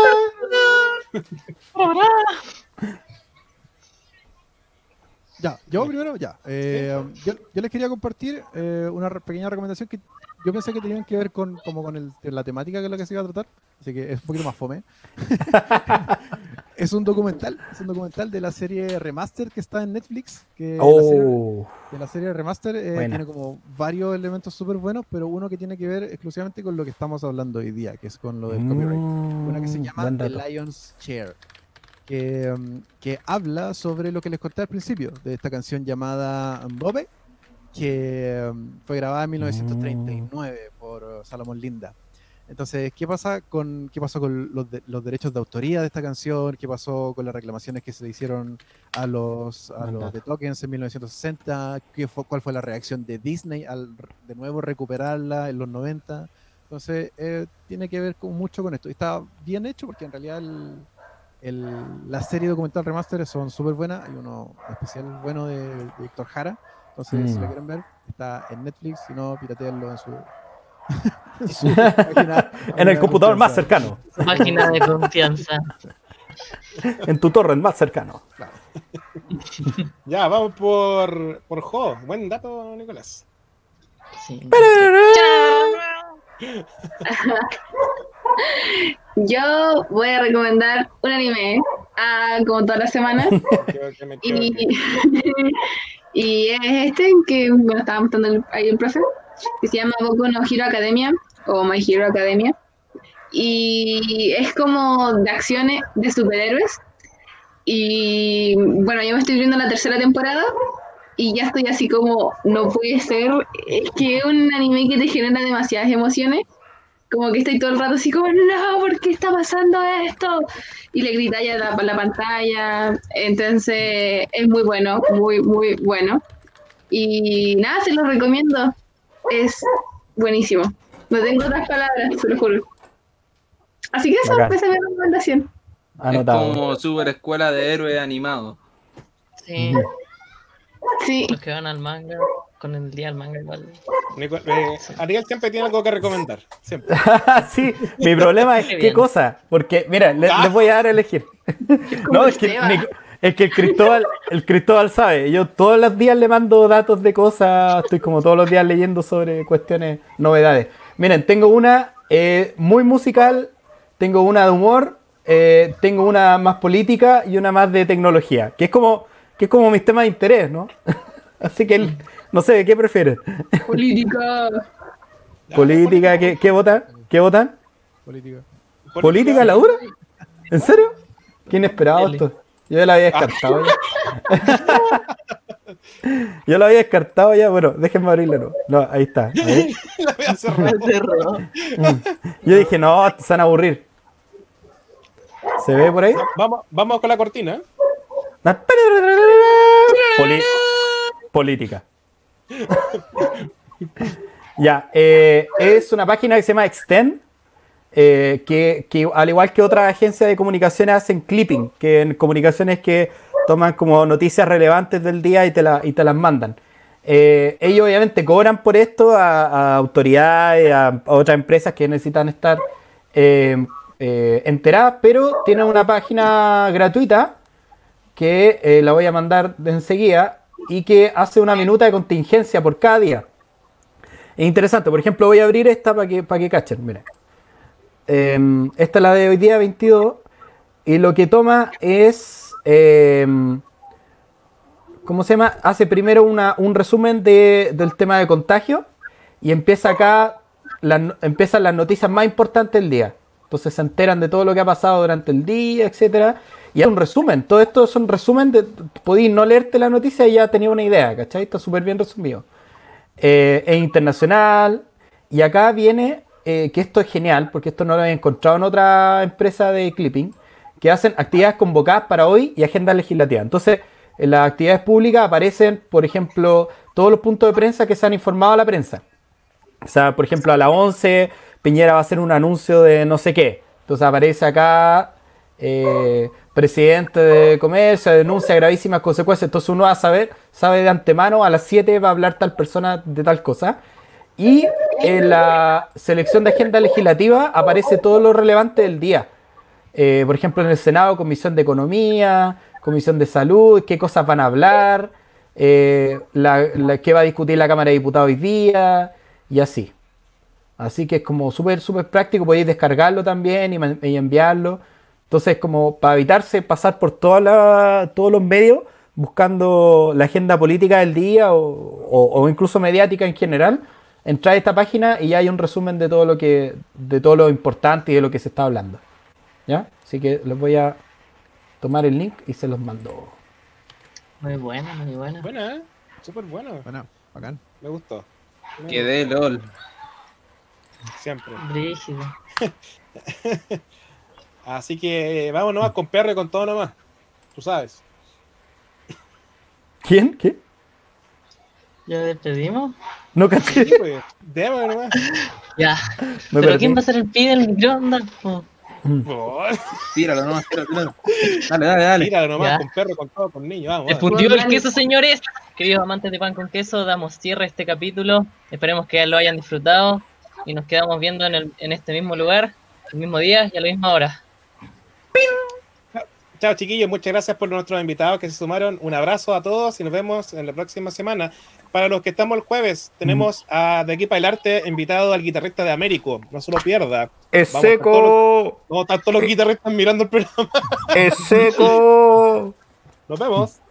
Ya, yo primero, ya. Eh, yo, yo les quería compartir eh, una re pequeña recomendación que yo pensé que tenían que ver con, como con el, la temática que es la que se iba a tratar, así que es un poquito más fome. Es un documental, es un documental de la serie Remaster que está en Netflix. Que oh. la serie, de la serie Remaster eh, tiene como varios elementos súper buenos, pero uno que tiene que ver exclusivamente con lo que estamos hablando hoy día, que es con lo del mm, copyright. Una que se llama The Lion's Chair. Que, que habla sobre lo que les conté al principio, de esta canción llamada Bobe, que fue grabada en mil novecientos treinta y nueve por Salomón Linda. Entonces, ¿qué pasa con qué pasó con los, de- los derechos de autoría de esta canción? ¿Qué pasó con las reclamaciones que se le hicieron a los a los de Tokens en mil novecientos sesenta? ¿Qué fue, cuál fue la reacción de Disney al r- de nuevo recuperarla en los noventa? Entonces, eh, tiene que ver con, mucho con esto. Y está bien hecho porque en realidad el, el- la serie documental remaster son súper buenas. Hay uno especial bueno de, de Víctor Jara. Entonces, si lo Mm. quieren ver, está en Netflix. Si no, piratearlo en su, en su página, En el página de computador más confianza. cercano. Su página de confianza. En tu torrent más cercano. Ya, vamos por, por Jo. Buen dato, Nicolás. Sí. Yo voy a recomendar un anime, ah, como todas las semanas. Me equivoqué, me equivoqué. Y, y es este que me lo estaba mostrando el- ahí el profe, que se llama Boku no Hero Academia o My Hero Academia. Y es como de acciones de superhéroes. Y bueno, yo me estoy viendo la tercera temporada y ya estoy así como, no puede ser, es que es un anime que te genera demasiadas emociones. Como que estoy todo el rato así como, no, ¿por qué está pasando esto? Y le grita ya la, la pantalla. Entonces es muy bueno, muy, muy bueno. Y nada, se los recomiendo. Es buenísimo. No tengo otras palabras, se lo juro. Así que eso, Bacán. esa es mi recomendación. Es Anotado. como super escuela de héroes animados. Sí, Ujú. Sí, los que van al manga, con el día del manga igual. Nico- eh, Ariel siempre tiene algo que recomendar. Siempre. Sí, mi problema es Qué qué bien. cosa. Porque, mira, le- Ah. les voy a dar a elegir. como No, el es que, Seba. Nic- es que el Cristóbal, el Cristóbal sabe. Yo todos los días le mando datos de cosas. Estoy como todos los días leyendo sobre cuestiones, novedades. Miren, tengo una eh, muy musical, tengo una de humor, eh, tengo una más política y una más de tecnología. Que es como, que es como mis temas de interés, ¿no? Así que, el- no sé, ¿qué prefieres? Política. Ya, ¿Política? ¿Qué, qué votan? ¿Qué votan? Política. ¿Política la dura? ¿En serio? ¿Quién esperaba Dele. esto? Yo ya la había descartado ya. Yo la había descartado ya. Bueno, déjenme abrirla. No, no ahí está. A ver. La voy a cerrar. Mm. Yo dije, no, se van a aburrir. ¿Se ve por ahí? Vamos, vamos con la cortina. Poli- política. Ya, eh, es una página que se llama Extend, eh, que, que al igual que otras agencias de comunicaciones hacen clipping, que en comunicaciones que toman como noticias relevantes del día y te, la- y te las mandan. Eh, ellos obviamente cobran por esto a, a autoridades, a, a otras empresas que necesitan estar eh, eh, enteradas, pero tienen una página gratuita que eh, la voy a mandar de enseguida y que hace una minuta de contingencia por cada día. Es interesante, por ejemplo, voy a abrir esta para que, para que cachen, miren. Eh, esta es la de hoy día veintidós y lo que toma es, eh, ¿cómo se llama? Hace primero una, un resumen de, del tema de contagio y empieza acá, la, empiezan las noticias más importantes del día. Entonces se enteran de todo lo que ha pasado durante el día, etcétera. Y es un resumen, todo esto es un resumen de, podéis no leerte la noticia y ya tenía una idea, ¿cachai? Está súper bien resumido. Eh, es internacional y acá viene, eh, que esto es genial, porque esto no lo he encontrado en otra empresa de clipping, que hacen actividades convocadas para hoy y agendas legislativas. Entonces, en las actividades públicas aparecen, por ejemplo, todos los puntos de prensa que se han informado a la prensa. O sea, por ejemplo, a las once Piñera va a hacer un anuncio de no sé qué. Entonces aparece acá, eh, presidente de comercio, denuncia gravísimas consecuencias. Entonces uno va a saber, sabe de antemano, a las siete va a hablar tal persona de tal cosa. Y en la selección de agenda legislativa aparece todo lo relevante del día. Eh, por ejemplo, en el Senado, Comisión de Economía, Comisión de Salud, qué cosas van a hablar, eh, la, la, qué va a discutir la Cámara de Diputados hoy día, y así. Así que es como súper, súper práctico, podéis descargarlo también y, man- y enviarlo. Entonces, como para evitarse pasar por toda la- todos los medios buscando la agenda política del día o, o- o incluso mediática en general, entrar a esta página y ya hay un resumen de todo lo que, de todo lo importante y de lo que se está hablando. ¿Ya? Así que les voy a tomar el link y se los mando. Muy buena, muy buena. Buena, ¿eh? Súper bueno. Bueno, bacán. Me gustó. Me Quedé LOL. Siempre. Brígido. Así que vamos nomás con perro y con todo nomás. Tú sabes. ¿Quién? ¿Qué? ¿Ya despedimos? No caché. Sí, pues, démosle nomás. Ya. Me ¿Pero perdí. quién va a ser el pibe del microondas? Oh, Oh, Tíralo nomás, tíralo, tíralo. Dale, dale, dale. tíralo nomás Ya. con perro y con todo, con niños. Vamos, Se vamos. fundió el queso, señores. Queridos amantes de pan con queso, damos cierre a este capítulo. Esperemos que lo hayan disfrutado. Y nos quedamos viendo en, el, en este mismo lugar, el mismo día y a la misma hora. Chao, chiquillos. Muchas gracias por nuestros invitados que se sumaron. Un abrazo a todos y nos vemos en la próxima semana. Para los que estamos el jueves, tenemos a De Aquí para el Arte invitado al guitarrista de Américo. No se lo pierda. ¡Es Vamos a estar todos seco! Vamos a estar todos los guitarristas mirando el programa. ¡Es seco! Nos vemos.